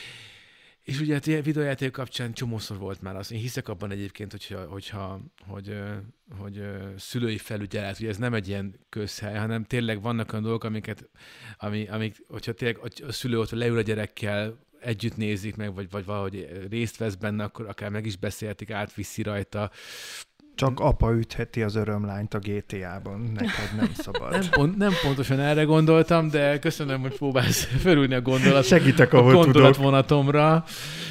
És ugye a videójáték kapcsán csomószor volt már az. Én hiszek abban egyébként, hogyha, hogyha, hogy, hogy szülői felügyelet, hogy ez nem egy ilyen közhely, hanem tényleg vannak olyan dolgok, amiket, ami, amik, hogyha tényleg a szülő ott leül a gyerekkel, együtt nézik meg, vagy, vagy valahogy részt vesz benne, akkor akár meg is beszéltik, átviszi rajta. Csak apa ütheti az örömlányt a gé té á-ban, neked nem szabad. Nem, pont, nem pontosan erre gondoltam, de köszönöm, hogy próbálsz felülni a gondolat, Segítek, a ahol gondolatvonatomra.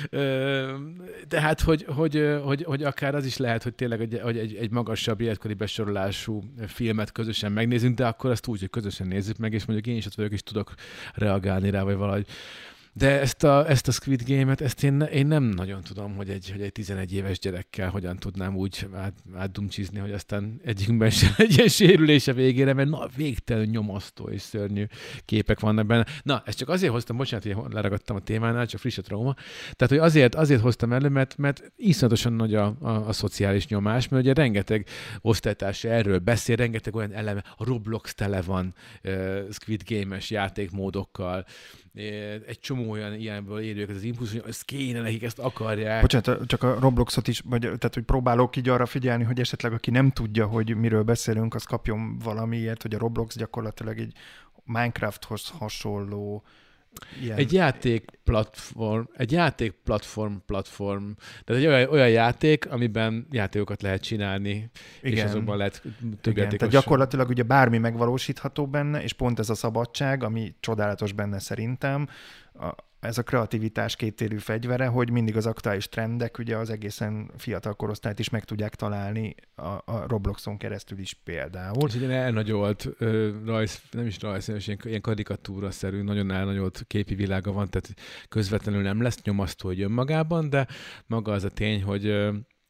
Tehát, hogy, hogy, hogy, hogy akár az is lehet, hogy tényleg egy, hogy egy, egy magasabb életkori besorolású filmet közösen megnézünk, de akkor azt úgy, hogy közösen nézzük meg, és mondjuk én is ott vagyok, és tudok reagálni rá, vagy valahogy. De ezt a, ezt a Squid Game-et, ezt én, én nem nagyon tudom, hogy egy, hogy egy tizenegy éves gyerekkel hogyan tudnám úgy át, átdumcsizni, hogy aztán egyikünkben sem egy ilyen sérülése végére, mert na, végtelenül nyomasztó és szörnyű képek vannak benne. Na, ezt csak azért hoztam, bocsánat, hogy leragadtam a témánál, csak friss a trauma. Tehát, hogy azért, azért hoztam elő, mert, mert iszonyatosan nagy a, a, a szociális nyomás, mert ugye rengeteg osztálytársa erről beszél, rengeteg olyan eleme, a Roblox tele van uh, Squid Game-es játékmódokkal, egy csomó olyan ilyenből érjük, ez az impulzus, hogy ezt kéne nekik, ezt akarják. Bocsánat, csak a Robloxot is, vagy, tehát hogy próbálok így arra figyelni, hogy esetleg aki nem tudja, hogy miről beszélünk, az kapjon valamiért, hogy a Roblox gyakorlatilag egy Minecrafthoz hasonló ilyen... Egy játékplatform, egy játékplatform platform. Tehát egy olyan, olyan játék, amiben játékokat lehet csinálni, igen. És azokban lehet több igen, tehát gyakorlatilag ugye bármi megvalósítható benne, és pont ez a szabadság, ami csodálatos benne szerintem, a, ez a kreativitás kéttérű fegyvere, hogy mindig az aktuális trendek ugye az egészen fiatal korosztályt is meg tudják találni a, a Robloxon keresztül is például. És egy elnagyolt ö, rajz, nem is rajz, ilyen, ilyen karikatúra-szerű, nagyon elnagyolt képi világa van, tehát közvetlenül nem lesz nyomasztó, hogy önmagában, de maga az a tény, hogy ö,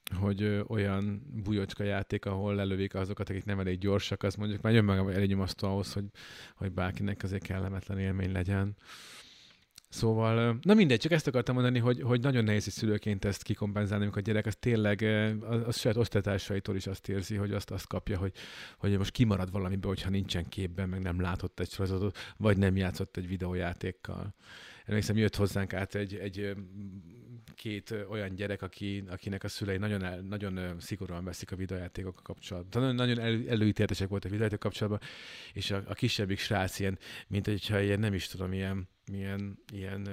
hogy ö, olyan bujocska játék, ahol lelövik azokat, akik nem elég gyorsak, az mondjuk már jön meg elég nyomasztó ahhoz, hogy, hogy bárkinek azért kellemetlen élmény legyen. Szóval, na mindegy, csak ezt akartam mondani, hogy, hogy nagyon nehéz egy szülőként ezt kikompenzálni, amikor a gyerek az tényleg az, az saját osztálytársaitól is azt érzi, hogy azt, azt kapja, hogy, hogy most kimarad valamiből, hogyha nincsen képben, meg nem látott egy sorozatot, vagy nem játszott egy videójátékkal. Emlékszem, jött hozzánk át egy, egy két olyan gyerek, aki, akinek a szülei nagyon, el, nagyon szigorúan veszik a videójátékokkal kapcsolatban. Nagyon, nagyon elő, előítéletesek voltak a videójáték kapcsolatban, és a, a kisebbik srác ilyen, mint hogyha ilyen, nem is tudom, ilyen milyen ilyen,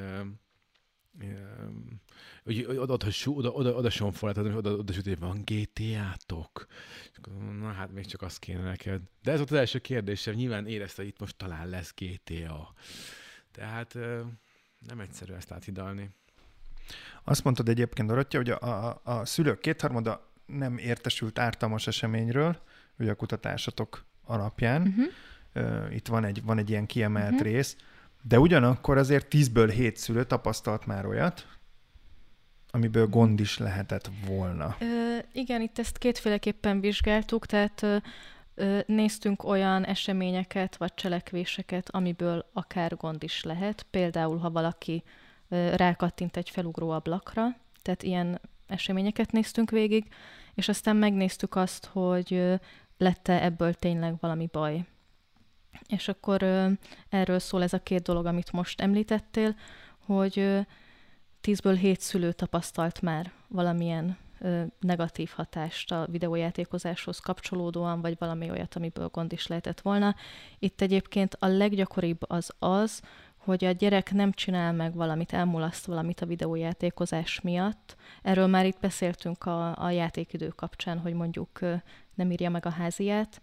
hogy oda, oda, oda, oda, oda sonfolt, oda, oda, oda süt, hogy van gé té á-tok. Na hát még csak az kéne neked. De ez volt az első kérdésem, nyilván érezte, hogy itt most talán lesz gé té á. Tehát nem egyszerű ezt áthidalni. Azt mondtad egyébként, Dorottya, hogy a, a, a szülők kétharmada nem értesült ártalmas eseményről, ugye a kutatásatok alapján. Uh-huh. Itt van egy, van egy ilyen kiemelt uh-huh. rész, de ugyanakkor azért tízből hét szülő tapasztalt már olyat, amiből gond is lehetett volna. Ö, igen, itt ezt kétféleképpen vizsgáltuk, tehát ö, ö, néztünk olyan eseményeket vagy cselekvéseket, amiből akár gond is lehet. Például, ha valaki ö, rákattint egy felugró ablakra, tehát ilyen eseményeket néztünk végig, és aztán megnéztük azt, hogy ö, lett-e ebből tényleg valami baj. És akkor ö, erről szól ez a két dolog, amit most említettél, hogy ö, tízből hét szülő tapasztalt már valamilyen ö, negatív hatást a videójátékozáshoz kapcsolódóan, vagy valami olyat, amiből gond is lehetett volna. Itt egyébként a leggyakoribb az az, hogy a gyerek nem csinál meg valamit, elmulaszt valamit a videójátékozás miatt. Erről már itt beszéltünk a, a játékidő kapcsán, hogy mondjuk ö, nem írja meg a háziát.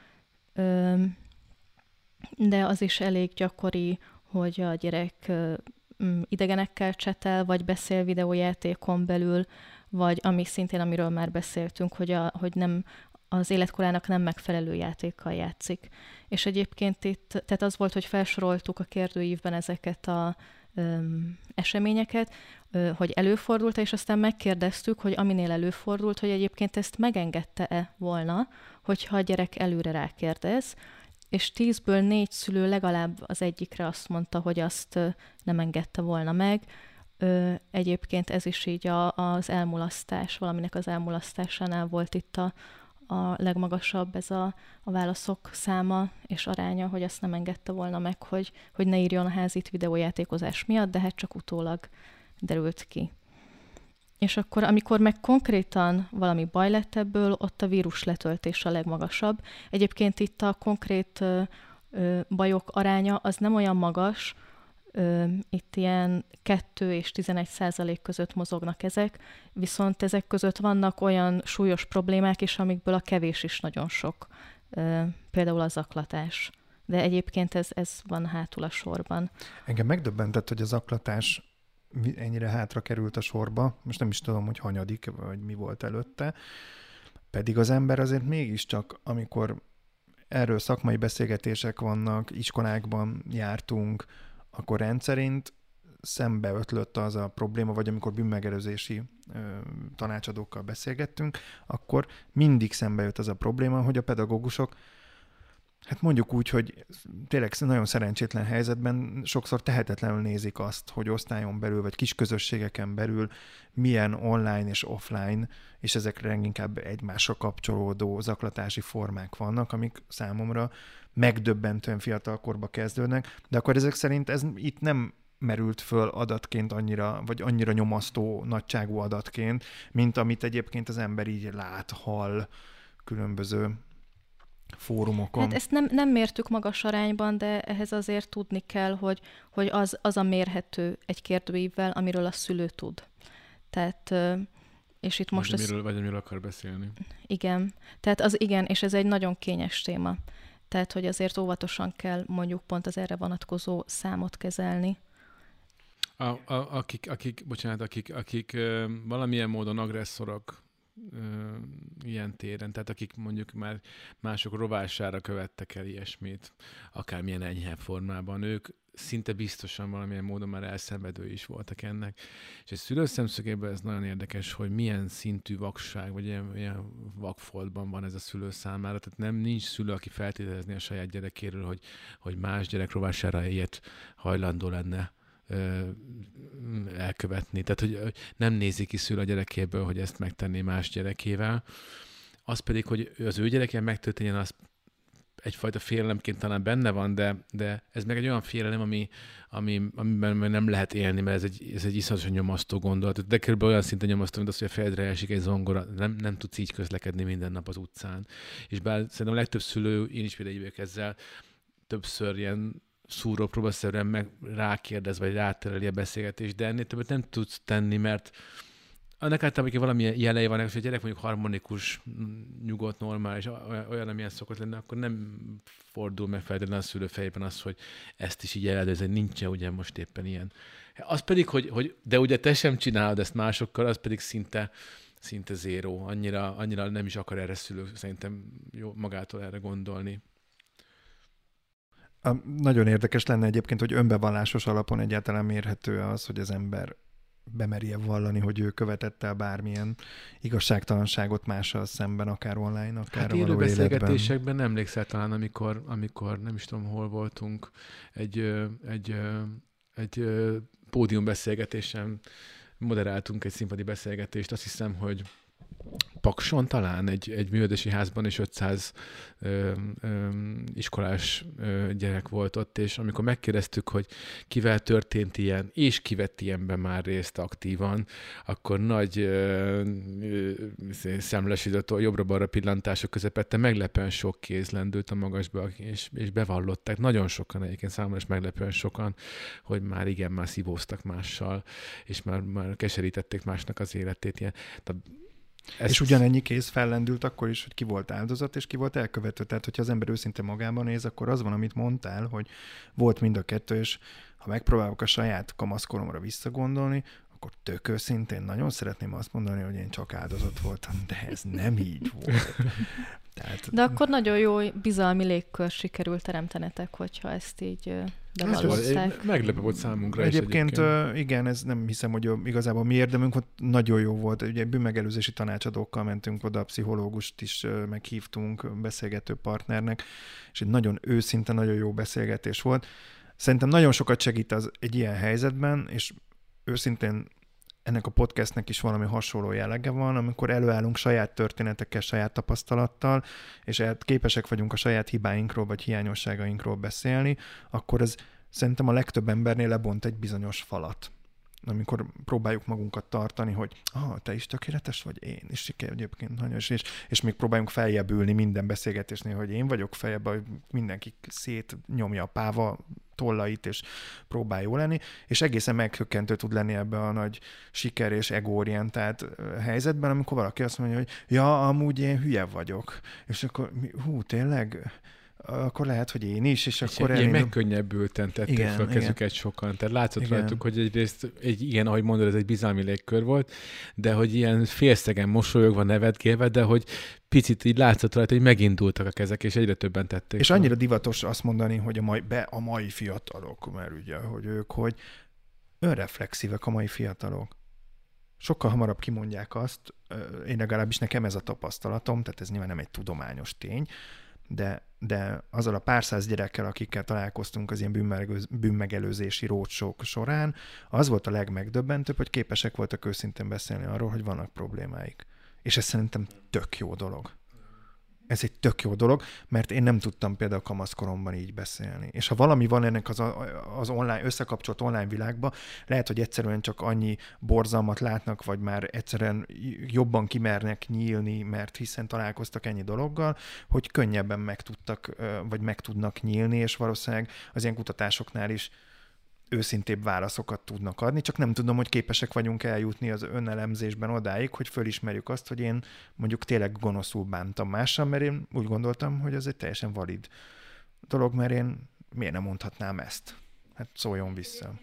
Ö, de az is elég gyakori, hogy a gyerek idegenekkel csetel, vagy beszél videójátékon belül, vagy ami szintén, amiről már beszéltünk, hogy, a, hogy nem, az életkorának nem megfelelő játékkal játszik. És egyébként itt, tehát az volt, hogy felsoroltuk a kérdőívben ezeket a öm, eseményeket, ö, hogy előfordult, és aztán megkérdeztük, hogy aminél előfordult, hogy egyébként ezt megengedte-e volna, hogyha a gyerek előre rákérdez, és tízből négy szülő legalább az egyikre azt mondta, hogy azt nem engedte volna meg. Egyébként ez is így a, az elmulasztás, valaminek az elmulasztásánál volt itt a, a legmagasabb ez a, a válaszok száma és aránya, hogy azt nem engedte volna meg, hogy, hogy ne írjon a házit videójátékozás miatt, de hát csak utólag derült ki. És akkor, amikor meg konkrétan valami baj lett ebből, ott a vírus letöltés a legmagasabb. Egyébként itt a konkrét ö, ö, bajok aránya az nem olyan magas, ö, itt ilyen kettő és tizenegy százalék között mozognak ezek, viszont ezek között vannak olyan súlyos problémák is, amikből a kevés is nagyon sok. Ö, például a zaklatás. De egyébként ez, ez van hátul a sorban. Engem megdöbbentett, hogy a zaklatás ennyire hátra került a sorba, most nem is tudom, hogy hanyadik, vagy mi volt előtte, pedig az ember azért mégiscsak, amikor erről szakmai beszélgetések vannak, iskolákban jártunk, akkor rendszerint szembe ötlött az a probléma, vagy amikor bűnmegelőzési ö, tanácsadókkal beszélgettünk, akkor mindig szembe jött az a probléma, hogy a pedagógusok, hát mondjuk úgy, hogy tényleg nagyon szerencsétlen helyzetben sokszor tehetetlenül nézik azt, hogy osztályon belül, vagy kis közösségeken belül milyen online és offline, és ezekre inkább egymásra kapcsolódó zaklatási formák vannak, amik számomra megdöbbentően fiatalkorba kezdődnek, de akkor ezek szerint ez itt nem merült föl adatként annyira, vagy annyira nyomasztó nagyságú adatként, mint amit egyébként az ember így lát, hall különböző fórumokon. Hát ezt nem, nem mértük magas arányban, de ehhez azért tudni kell, hogy, hogy az, az a mérhető egy kérdőívvel, amiről a szülő tud. Tehát, és itt most... Vagy amiről, az... vagy amiről akar beszélni. Igen. Tehát az igen, és ez egy nagyon kényes téma. Tehát, hogy azért óvatosan kell mondjuk pont az erre vonatkozó számot kezelni. A, a, akik, akik, bocsánat, akik, akik uh, valamilyen módon agresszorok uh, ilyen téren, tehát akik mondjuk már mások rovására követtek el ilyesmit, akármilyen enyhe formában, ők szinte biztosan valamilyen módon már elszenvedő is voltak ennek. És egy szülő szemszögéből ez nagyon érdekes, hogy milyen szintű vakság, vagy ilyen, ilyen vakfoltban van ez a szülő számára. Tehát nem nincs szülő, aki feltételezni a saját gyerekéről, hogy, hogy más gyerek rovására ilyet hajlandó lenne elkövetni. Tehát, hogy nem nézi ki szülő a gyerekéből, hogy ezt megtenné más gyerekével. Az pedig, hogy az ő gyerekén megtörténjen, az egyfajta félelemként talán benne van, de, de ez meg egy olyan félelem, ami, ami, amiben nem lehet élni, mert ez egy, ez egy iszonyatosan nyomasztó gondolat. De kb. Olyan szinten nyomasztó, mint az, hogy a fejedre esik egy zongora, nem, nem tudsz így közlekedni minden nap az utcán. És bár szerintem a legtöbb szülő, én is például vagyok ezzel, többször ilyen szúrópróbaszerűen meg rákérdez, vagy rátereli a beszélgetést, de ennél többet nem tudsz tenni, mert annak általában, hogy valami jelei van, hogy a gyerek mondjuk harmonikus, nyugodt, normális, olyan, amilyen szokott lenni, akkor nem fordul meg feltétlenül a szülő fejében az, hogy ezt is így eledőzni, nincsen ugye most éppen ilyen. Az pedig, hogy, hogy de ugye te sem csinálod ezt másokkal, az pedig szinte, szinte zéró. Annyira, annyira nem is akar erre szülő szerintem jó magától erre gondolni. A, nagyon érdekes lenne egyébként, hogy önbevallásos alapon egyáltalán mérhető az, hogy az ember bemerje vallani, hogy ő követett el bármilyen igazságtalanságot mással szemben, akár online, akár hát a való beszélgetésekben nem emlékszel talán, amikor, amikor nem is tudom, hol voltunk, egy, egy, egy pódiumbeszélgetésen moderáltunk egy színpadi beszélgetést, azt hiszem, hogy Pakson talán egy, egy művelődési házban is ötszáz ö, ö, iskolás ö, gyerek volt ott, és amikor megkérdeztük, hogy kivel történt ilyen, és ki vett ilyenben már részt aktívan, akkor nagy ö, ö, szemlesítő, jobbra-balra pillantások közepette meglepően sok kéz lendült a magasba, és, és bevallották. Nagyon sokan egyébként, számomra is meglepően sokan, hogy már igen, már szívóztak mással, és már, már keserítették másnak az életét. Ilyen. Ezt... És ugyanennyi kéz fellendült akkor is, hogy ki volt áldozat, és ki volt elkövető. Tehát, hogyha az ember őszinte magában néz, akkor az van, amit mondtál, hogy volt mind a kettő, és ha megpróbálok a saját kamaszkoromra visszagondolni, akkor tök őszintén nagyon szeretném azt mondani, hogy én csak áldozat voltam, de ez nem így volt. Tehát... De akkor nagyon jó bizalmi légkör sikerült teremtenetek, hogyha ezt így bevallották. Meglepő volt számunkra egyébként, is egyébként. Igen, ez nem hiszem, hogy igazából mi érdemünk volt, nagyon jó volt. Ugye bűnmegelőzési tanácsadókkal mentünk oda, pszichológust is meghívtunk beszélgető partnernek, és egy nagyon őszinte, nagyon jó beszélgetés volt. Szerintem nagyon sokat segít az egy ilyen helyzetben, és őszintén ennek a podcastnek is valami hasonló jellege van, amikor előállunk saját történetekkel, saját tapasztalattal, és képesek vagyunk a saját hibáinkról vagy hiányosságainkról beszélni, akkor ez szerintem a legtöbb embernél lebont egy bizonyos falat. Amikor próbáljuk magunkat tartani, hogy ah, te is tökéletes vagy, én is siker egyébként nagyon, és, és még próbáljunk feljebb ülni minden beszélgetésnél, hogy én vagyok feljebb, hogy mindenki szétnyomja a páva tollait, és próbál jó lenni, és egészen meghökkentő tud lenni ebbe a nagy siker és ego-orientált helyzetben, amikor valaki azt mondja, hogy ja, amúgy én hülye vagyok. És akkor, hú, tényleg... akkor lehet, hogy én is, és, és akkor... Ilyen megkönnyebbülten tették igen, fel a kezüket sokan. Tehát látszott igen. rajtuk, hogy egyrészt, egy, igen, ahogy mondod, ez egy bizalmi légkör volt, de hogy ilyen félszegen mosolyogva, nevetgélve, de hogy picit így látszott rajta, hogy megindultak a kezek, és egyre többen tették. És annyira divatos azt mondani, hogy a mai, be, a mai fiatalok, mert ugye, hogy ők, hogy önreflexívek a mai fiatalok. Sokkal hamarabb kimondják azt, én legalábbis nekem ez a tapasztalatom, tehát ez nyilván nem egy tudományos tény, de, de azzal a pár száz gyerekkel, akikkel találkoztunk az ilyen bűnmegelőzési roadshow során, az volt a legmegdöbbentőbb, hogy képesek voltak őszintén beszélni arról, hogy vannak problémáik. És ez szerintem tök jó dolog. Ez egy tök jó dolog, mert én nem tudtam például kamaszkoromban így beszélni. És ha valami van ennek az, az online, összekapcsolt online világban, lehet, hogy egyszerűen csak annyi borzalmat látnak, vagy már egyszerűen jobban kimernek nyílni, mert hiszen találkoztak ennyi dologgal, hogy könnyebben meg tudtak, vagy meg tudnak nyílni, és valószínűleg az ilyen kutatásoknál is őszintébb válaszokat tudnak adni, csak nem tudom, hogy képesek vagyunk eljutni az önelemzésben odáig, hogy fölismerjük azt, hogy én mondjuk tényleg gonoszul bántam mással, mert én úgy gondoltam, hogy ez egy teljesen valid dolog, mert én miért nem mondhatnám ezt? Hát szóljon vissza.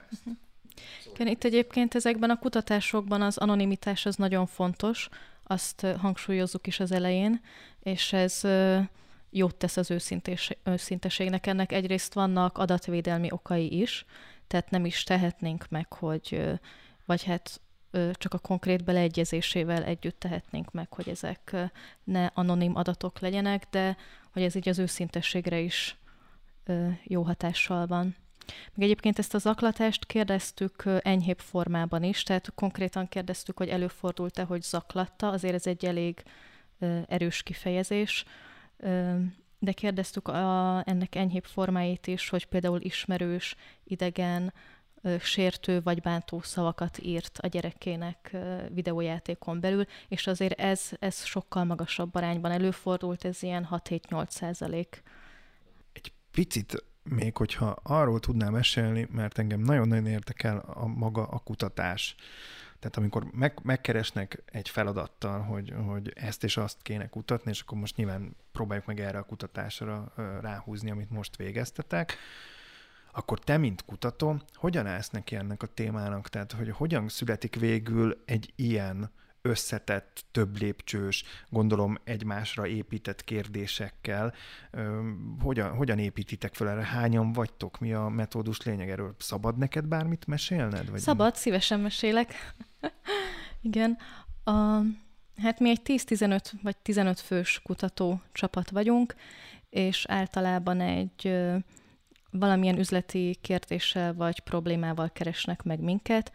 Igen, itt egyébként ezekben a kutatásokban az anonimitás az nagyon fontos, azt hangsúlyozzuk is az elején, és ez jót tesz az őszintés, őszinteségnek. Ennek egyrészt vannak adatvédelmi okai is, tehát nem is tehetnénk meg, hogy vagy hát csak a konkrét beleegyezésével együtt tehetnénk meg, hogy ezek ne anonim adatok legyenek, de hogy ez így az őszintességre is jó hatással van. Még egyébként ezt a zaklatást kérdeztük enyhébb formában is, tehát konkrétan kérdeztük, hogy előfordult-e, hogy zaklatta, azért ez egy elég erős kifejezés, de kérdeztük a, ennek enyhébb formáit is, hogy például ismerős, idegen, sértő vagy bántó szavakat írt a gyerekének videójátékon belül, és azért ez, ez sokkal magasabb arányban előfordult, ez ilyen hat-hét-nyolc százalék. Egy picit még, hogyha arról tudnám mesélni, mert engem nagyon-nagyon érdekel a maga a kutatás. Tehát amikor meg, megkeresnek egy feladattal, hogy, hogy ezt és azt kéne kutatni, és akkor most nyilván próbáljuk meg erre a kutatásra ráhúzni, amit most végeztetek, akkor te, mint kutató, hogyan állsz neki ennek a témának? Tehát, hogy hogyan születik végül egy ilyen összetett, több lépcsős, gondolom egymásra épített kérdésekkel. Hogyan, hogyan építitek fel erre? Hányan vagytok? Mi a metódus lényeg? Erről szabad neked bármit mesélned? Vagy szabad, mi? Szívesen mesélek. Igen. A, hát mi egy tíz-tizenöt vagy tizenöt fős kutató csapat vagyunk, és általában egy valamilyen üzleti kérdéssel vagy problémával keresnek meg minket,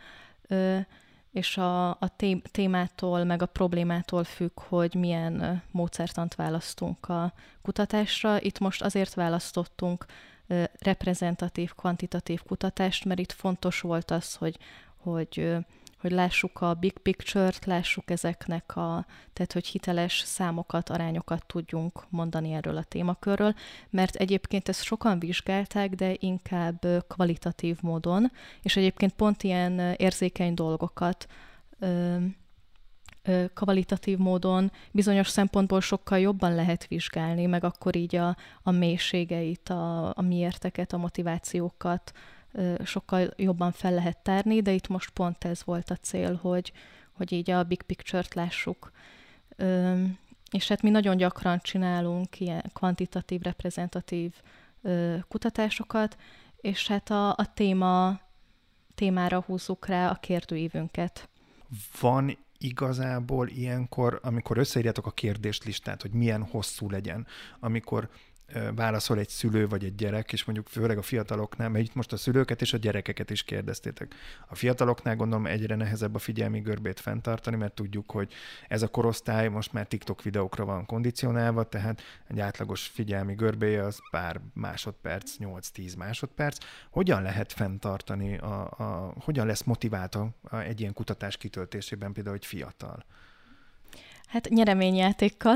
és a, a témától, meg a problémától függ, hogy milyen módszertant választunk a kutatásra. Itt most azért választottunk reprezentatív, kvantitatív kutatást, mert itt fontos volt az, hogy, hogy, hogy lássuk a big picture-t, lássuk ezeknek a, tehát hogy hiteles számokat, arányokat tudjunk mondani erről a témakörről, mert egyébként ezt sokan vizsgálták, de inkább kvalitatív módon, és egyébként pont ilyen érzékeny dolgokat ö, ö, kvalitatív módon bizonyos szempontból sokkal jobban lehet vizsgálni, meg akkor így a, a mélységeit, a, a miérteket, a motivációkat sokkal jobban fel lehet tárni, de itt most pont ez volt a cél, hogy, hogy így a big picture-t lássuk. Ö, és hát mi nagyon gyakran csinálunk ilyen kvantitatív, reprezentatív ö, kutatásokat, és hát a, a téma, témára húzzuk rá a kérdőívünket. Van igazából ilyenkor, amikor összeírjátok a kérdéslistát, hogy milyen hosszú legyen, amikor válaszol egy szülő vagy egy gyerek, és mondjuk főleg a fiataloknál, mert itt most a szülőket és a gyerekeket is kérdeztétek. A fiataloknál gondolom egyre nehezebb a figyelmi görbét fenntartani, mert tudjuk, hogy ez a korosztály most már TikTok videókra van kondicionálva, tehát egy átlagos figyelmi görbéje az pár másodperc, nyolc-tíz másodperc. Hogyan lehet fenntartani, a, a, hogyan lesz motiválta egy ilyen kutatás kitöltésében például egy fiatal? Hát nyereményjátékkal.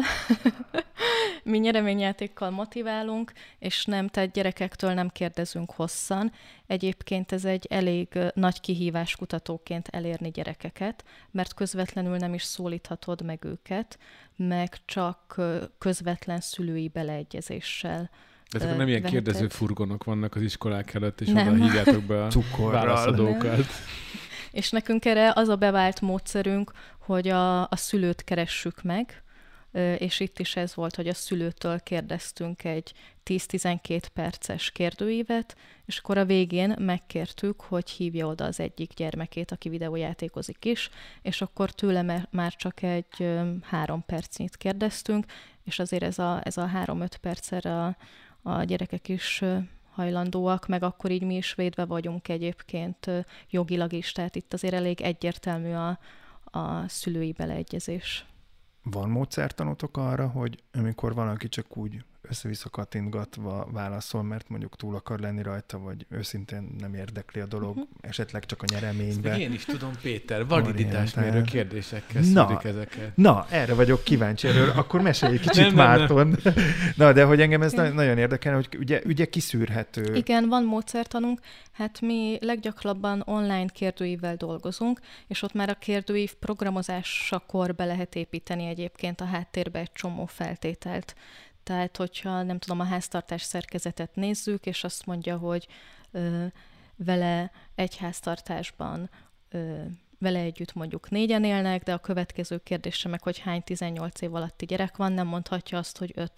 Mi nyereményjátékkal motiválunk, és nem, tehát gyerekektől nem kérdezünk hosszan. Egyébként ez egy elég nagy kihívás kutatóként elérni gyerekeket, mert közvetlenül nem is szólíthatod meg őket, meg csak közvetlen szülői beleegyezéssel. Ezek nem ilyen veheted. Kérdező furgonok vannak az iskolák előtt, és nem. oda hívjátok be a Cukorral. válaszadókat. Nem. És nekünk erre az a bevált módszerünk, hogy a, a szülőt keressük meg, és itt is ez volt, hogy a szülőtől kérdeztünk egy tíz-tizenkét perces kérdőívet, és akkor a végén megkértük, hogy hívja oda az egyik gyermekét, aki videójátékozik is, és akkor tőle már csak egy három percnyit kérdeztünk, és azért ez a, ez a három-öt percre a, a gyerekek is hajlandóak, meg akkor így mi is védve vagyunk egyébként jogilag is, tehát itt azért elég egyértelmű a, a szülői beleegyezés. Van módszertanotok arra, hogy amikor valaki csak úgy össze-vissza kattintgatva válaszol, mert mondjuk túl akar lenni rajta, vagy őszintén nem érdekli a dolog, uh-huh. esetleg csak a nyereménybe. Ezt én is tudom, Péter, validitásmérő kérdésekkel na, szűrik ezeket. Na, erre vagyok kíváncsi erről, akkor mesélj egy kicsit nem, Márton. Nem, nem. Na, de hogy engem ez igen. nagyon érdekel, hogy ugye, ugye kiszűrhető. Igen, van módszertanunk. Hát mi leggyakrabban online kérdőívvel dolgozunk, és ott már a kérdőív programozásakor be lehet építeni egyébként a háttérbe egy csomó feltételt. Tehát, hogyha nem tudom, a háztartás szerkezetet nézzük, és azt mondja, hogy ö, vele egy háztartásban ö, vele együtt mondjuk négyen élnek, de a következő kérdése meg, hogy hány tizennyolc év alatti gyerek van, nem mondhatja azt, hogy öt.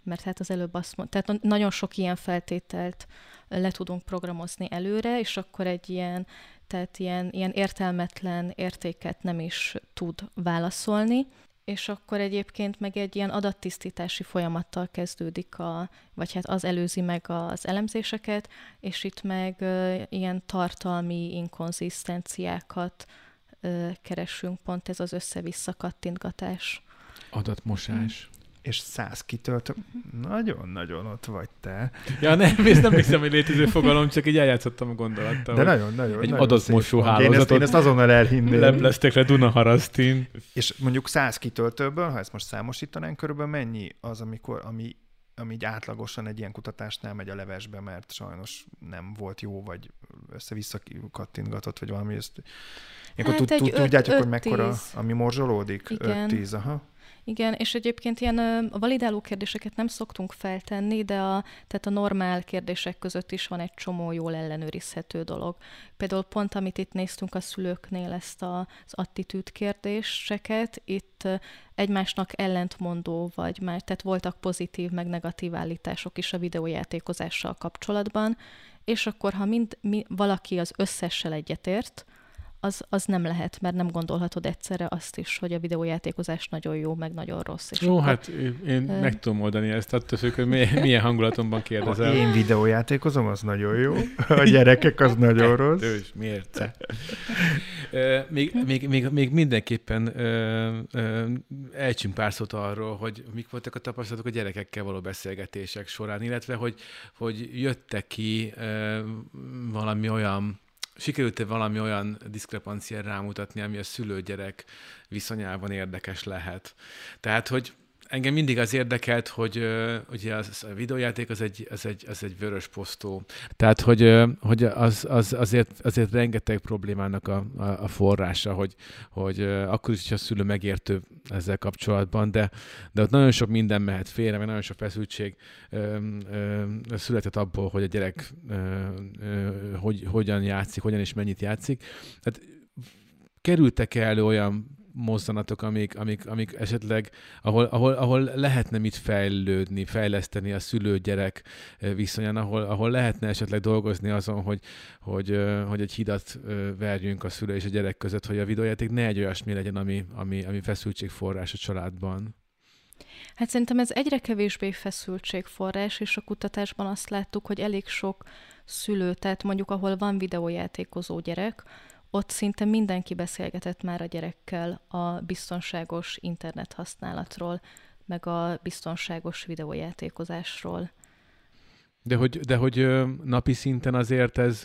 mert hát az előbb azt mondta, tehát nagyon sok ilyen feltételt le tudunk programozni előre, és akkor egy ilyen, tehát ilyen, ilyen értelmetlen értéket nem is tud válaszolni, és akkor egyébként meg egy ilyen adattisztítási folyamattal kezdődik, a, vagy hát az előzi meg az elemzéseket, és itt meg uh, ilyen tartalmi inkonzisztenciákat uh, keresünk, pont ez az össze-vissza kattintgatás. Adatmosás. És száz kitölt, nagyon-nagyon ott vagy te. Ja, nem, ezt nem hiszem, hogy létező fogalom, csak így eljátszottam a gondolattal. De nagyon-nagyon. Egy nagyon adatmosó hálózatot. Én ezt, én ezt azonnal elhinném. Lepleztek le Dunaharasztin. És mondjuk száz kitöltőből, ha ezt most számosítanánk, körülbelül mennyi az, amikor, ami, ami így átlagosan egy ilyen kutatásnál megy a levesbe, mert sajnos nem volt jó, vagy össze-vissza kattintgatott, vagy valami. Ezt... Hát tud, tud, tudjátok, hogy mekkora, ami morzsolódik? öt-tíz, aha. Igen, és egyébként ilyen a validáló kérdéseket nem szoktunk feltenni, de a, tehát a normál kérdések között is van egy csomó jól ellenőrizhető dolog. Például pont, amit itt néztünk a szülőknél, ezt a, az attitűd kérdéseket, itt egymásnak ellentmondó, vagy már, tehát voltak pozitív, meg negatív állítások is a videójátékozással kapcsolatban, és akkor, ha mind, mi, valaki az összessel egyetért, Az, az nem lehet, mert nem gondolhatod egyszerre azt is, hogy a videójátékozás nagyon jó, meg nagyon rossz. És Ó, akkor, hát én ö... meg tudom oldani ezt, attól függ, hogy milyen, milyen hangulatomban kérdezel. Ha én videójátékozom, az nagyon jó. A gyerekek, az nagyon rossz. Tős, miért? még, még, még, még mindenképpen ö, ö, ejtsünk pár szót arról, hogy mik voltak a tapasztalatok a gyerekekkel való beszélgetések során, illetve hogy, hogy jöttek ki ö, valami olyan sikerült-e valami olyan diszkrepanciára rámutatni, ami a szülő-gyerek viszonyában érdekes lehet. Tehát, hogy engem mindig az érdekelt, hogy ugye az, a videójáték az egy, az egy, az egy vörös posztó. Tehát, hogy, hogy az, az azért, azért rengeteg problémának a, a, a forrása, hogy, hogy akkor is, hogy a szülő megértő ezzel kapcsolatban, de, de ott nagyon sok minden mehet félre, meg nagyon sok feszültség ö, ö, született abból, hogy a gyerek ö, ö, hogy, hogyan játszik, hogyan és mennyit játszik. Tehát kerültek elő olyan mozzanatok, amik, amik, amik esetleg, ahol, ahol, ahol lehetne mit fejlődni, fejleszteni a szülő-gyerek viszonyán, ahol, ahol lehetne esetleg dolgozni azon, hogy, hogy, hogy egy hidat verjünk a szülő és a gyerek között, hogy a videójáték ne egy olyasmi legyen, ami, ami, ami feszültségforrás a családban. Hát szerintem ez egyre kevésbé feszültségforrás, és a kutatásban azt láttuk, hogy elég sok szülő, tehát mondjuk ahol van videójátékozó gyerek, ott szinte mindenki beszélgetett már a gyerekkel a biztonságos internethasználatról, meg a biztonságos videójátékozásról. De hogy, de hogy napi szinten azért ez,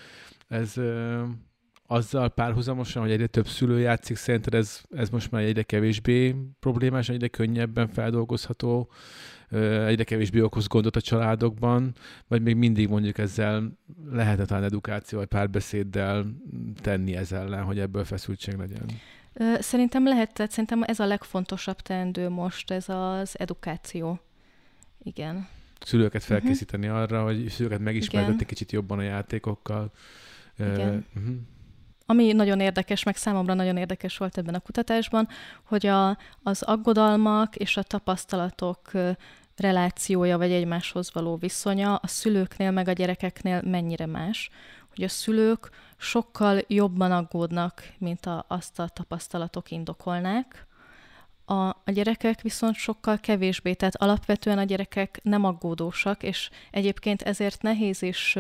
ez azzal párhuzamosan, hogy egyre több szülő játszik, szerinted ez, ez most már egyre kevésbé problémás, egyre könnyebben feldolgozható, egyre kevésbé okoz gondot a családokban, vagy még mindig mondjuk ezzel lehetetlen edukáció, vagy párbeszéddel tenni ez ellen, hogy ebből feszültség legyen? Szerintem lehet, tehát szerintem ez a legfontosabb teendő most, ez az edukáció. Igen. Szülőket felkészíteni uh-huh. arra, hogy szülőket megismertetni kicsit jobban a játékokkal. Igen. Uh-huh. Ami nagyon érdekes, meg számomra nagyon érdekes volt ebben a kutatásban, hogy a, az aggodalmak és a tapasztalatok relációja, vagy egymáshoz való viszonya a szülőknél, meg a gyerekeknél mennyire más. Hogy a szülők sokkal jobban aggódnak, mint a, azt a tapasztalatok indokolnák. A, a gyerekek viszont sokkal kevésbé, tehát alapvetően a gyerekek nem aggódósak, és egyébként ezért nehéz is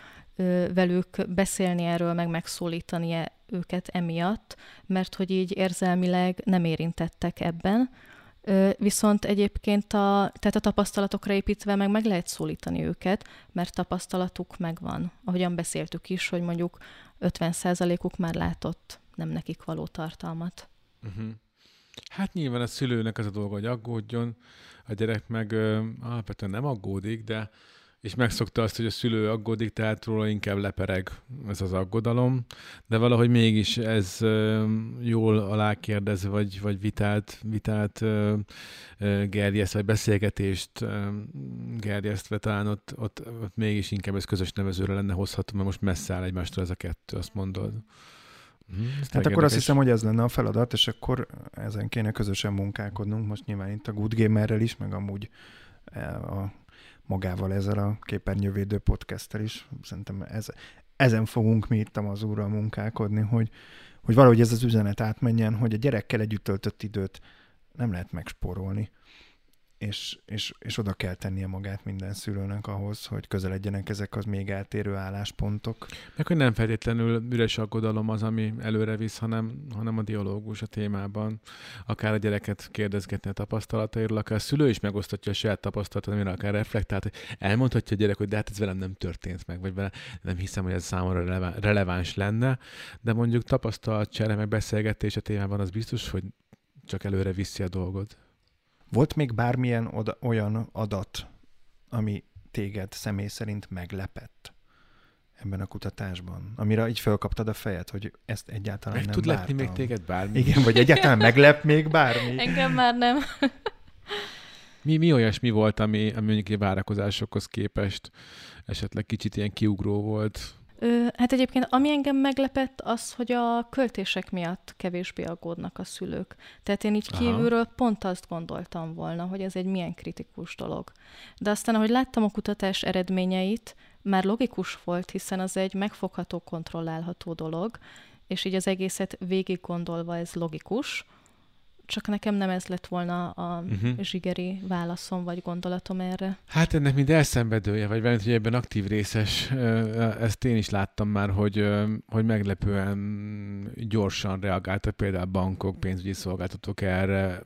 velük beszélni erről, meg megszólítani őket emiatt, mert hogy így érzelmileg nem érintettek ebben. Viszont egyébként a, tehát a tapasztalatokra építve meg meg lehet szólítani őket, mert tapasztalatuk megvan. Ahogyan beszéltük is, hogy mondjuk ötven százalékuk már látott nem nekik való tartalmat. Uh-huh. Hát nyilván a szülőnek az a dolga, hogy aggódjon, a gyerek meg ö, alapvetően nem aggódik, de és megszokta azt, hogy a szülő aggódik, tehát róla inkább lepereg ez az aggodalom, de valahogy mégis ez jól alákérdez, vagy, vagy vitát, vitát gerjeszt, vagy beszélgetést gerjesztve, talán ott, ott, ott mégis inkább ez közös nevezőre lenne hozható, mert most messze áll egymástól ez a kettő, azt mondod. Hm, hát akkor érdekes. Azt hiszem, hogy ez lenne a feladat, és akkor ezen kéne közösen munkálkodnunk, most nyilván itt a Good Gamerrel is, meg amúgy a, magával ezzel a képernyővédő podcasttel is. Szerintem ez, ezen fogunk mi itt a Mazurral munkálkodni, hogy, hogy valahogy ez az üzenet átmenjen, hogy a gyerekkel együtt töltött időt nem lehet megspórolni. És, és, és oda kell tennie magát minden szülőnek ahhoz, hogy közeledjenek ezek az még eltérő álláspontok. Meg hogy nem feltétlenül üres aggodalom az, ami előre visz, hanem, hanem a dialógus a témában. Akár a gyereket kérdezgetni a tapasztalatairól, akár a szülő is megosztatja a saját tapasztalatot, amire akár reflektált, hogy elmondhatja a gyerek, hogy de hát ez velem nem történt meg, vagy vele nem hiszem, hogy ez számomra releváns lenne, de mondjuk tapasztalatcsere, meg beszélgetés a témában az biztos, hogy csak előre viszi a dolgot. Volt még bármilyen oda, olyan adat, ami téged személy szerint meglepett ebben a kutatásban? Amire így felkaptad a fejed, hogy ezt egyáltalán meg nem tud vártam. lepni még téged bármi? Igen, vagy egyáltalán meglep még bármi? Engem már nem. mi, mi olyasmi volt, ami, ami mondjuk a várakozásokhoz képest esetleg kicsit ilyen kiugró volt? Ö, hát egyébként ami engem meglepett, az, hogy a költések miatt kevésbé aggódnak a szülők. Tehát én így kívülről Aha. pont azt gondoltam volna, hogy ez egy milyen kritikus dolog. De aztán, ahogy láttam a kutatás eredményeit, már logikus volt, hiszen az egy megfogható, kontrollálható dolog, és így az egészet végig gondolva ez logikus, csak nekem nem ez lett volna a uh-huh. zsigeri válaszom vagy gondolatom erre. Hát ennek mind elszenvedője, vagy velünk, hogy ebben aktív részes, ezt én is láttam már, hogy, hogy meglepően gyorsan reagáltak például bankok, pénzügyi szolgáltatók erre,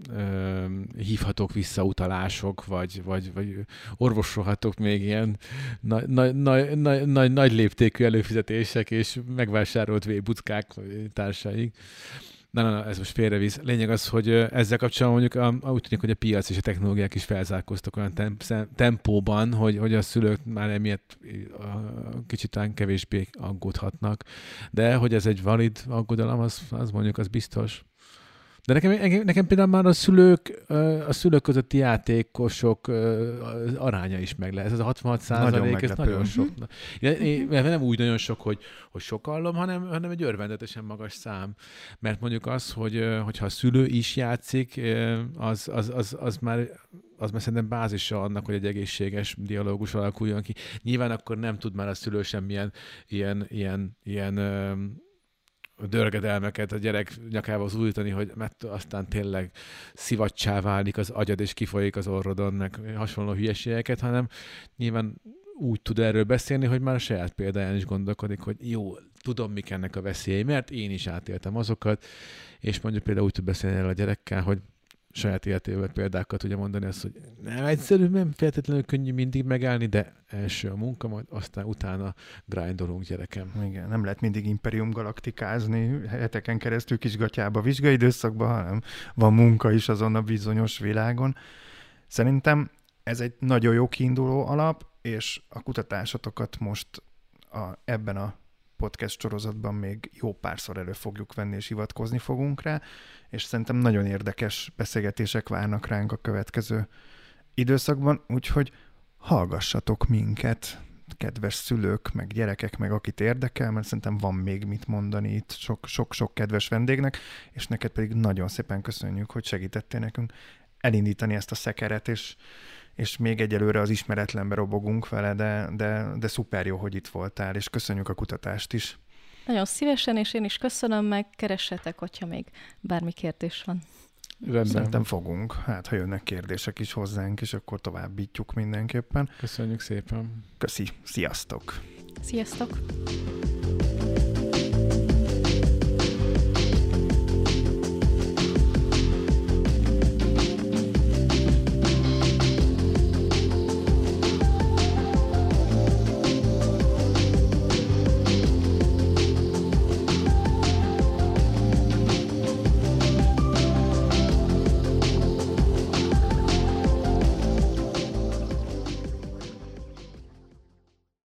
hívhatók visszautalások, vagy, vagy, vagy orvosolhatók még ilyen nagy, nagy, nagy, nagy, nagy, nagy léptékű előfizetések és megvásárolt vébuckák társaik. Na, na, na, ez most félrevisz. Lényeg az, hogy ezzel kapcsolatban mondjuk úgy tűnik, hogy a piac és a technológiák is felzárkóztak olyan temp- tempóban, hogy, hogy a szülők már emiatt kicsit kevésbé aggódhatnak. De hogy ez egy valid aggodalom, az, az mondjuk az biztos. De nekem, nekem például már a szülők, a szülők közötti játékosok aránya is meg lehet. Ez a hatvanhat százalék, ez nagyon sok. Mert nem úgy nagyon sok, hogy, hogy sokallom, hanem, hanem egy örvendetesen magas szám. Mert mondjuk az, hogy, hogyha a szülő is játszik, az, az, az, az már az már szerintem bázisa annak, hogy egy egészséges dialógus alakuljon ki. Nyilván akkor nem tud már a szülő semmilyen ilyen, ilyen, ilyen dörgedelmeket a gyerek nyakába zújtani, hogy mert aztán tényleg szivacsá válik az agyad, és kifolyik az orrodon, meg hasonló hülyeségeket, hanem nyilván úgy tud erről beszélni, hogy már a saját példáján is gondolkodik, hogy jó, tudom, mik ennek a veszélyei, mert én is átéltem azokat, és mondjuk például úgy tud beszélni erről a gyerekkel, hogy saját életével példákat tudja mondani azt, hogy nem egyszerű, nem feltétlenül könnyű mindig megállni, de első a munka, majd aztán utána grindolunk, gyerekem. Igen, nem lehet mindig Imperium galaktikázni heteken keresztül kisgatyába vizsgai időszakban, hanem van munka is azon a bizonyos világon. Szerintem ez egy nagyon jó kiinduló alap, és a kutatásotokat most a, ebben a podcast sorozatban még jó párszor elő fogjuk venni, és hivatkozni fogunk rá, és szerintem nagyon érdekes beszélgetések várnak ránk a következő időszakban, úgyhogy hallgassatok minket, kedves szülők, meg gyerekek, meg akit érdekel, mert szerintem van még mit mondani itt sok-sok kedves vendégnek, és neked pedig nagyon szépen köszönjük, hogy segítettél nekünk elindítani ezt a szekeret, és és még egyelőre az ismeretlenbe robogunk vele, de, de, de szuper jó, hogy itt voltál, és köszönjük a kutatást is. Nagyon szívesen, és én is köszönöm, meg keressetek, hogyha még bármi kérdés van. Rendben. Szerintem fogunk. Hát, ha jönnek kérdések is hozzánk, és akkor továbbítjuk mindenképpen. Köszönjük szépen. Köszi. Sziasztok. Sziasztok.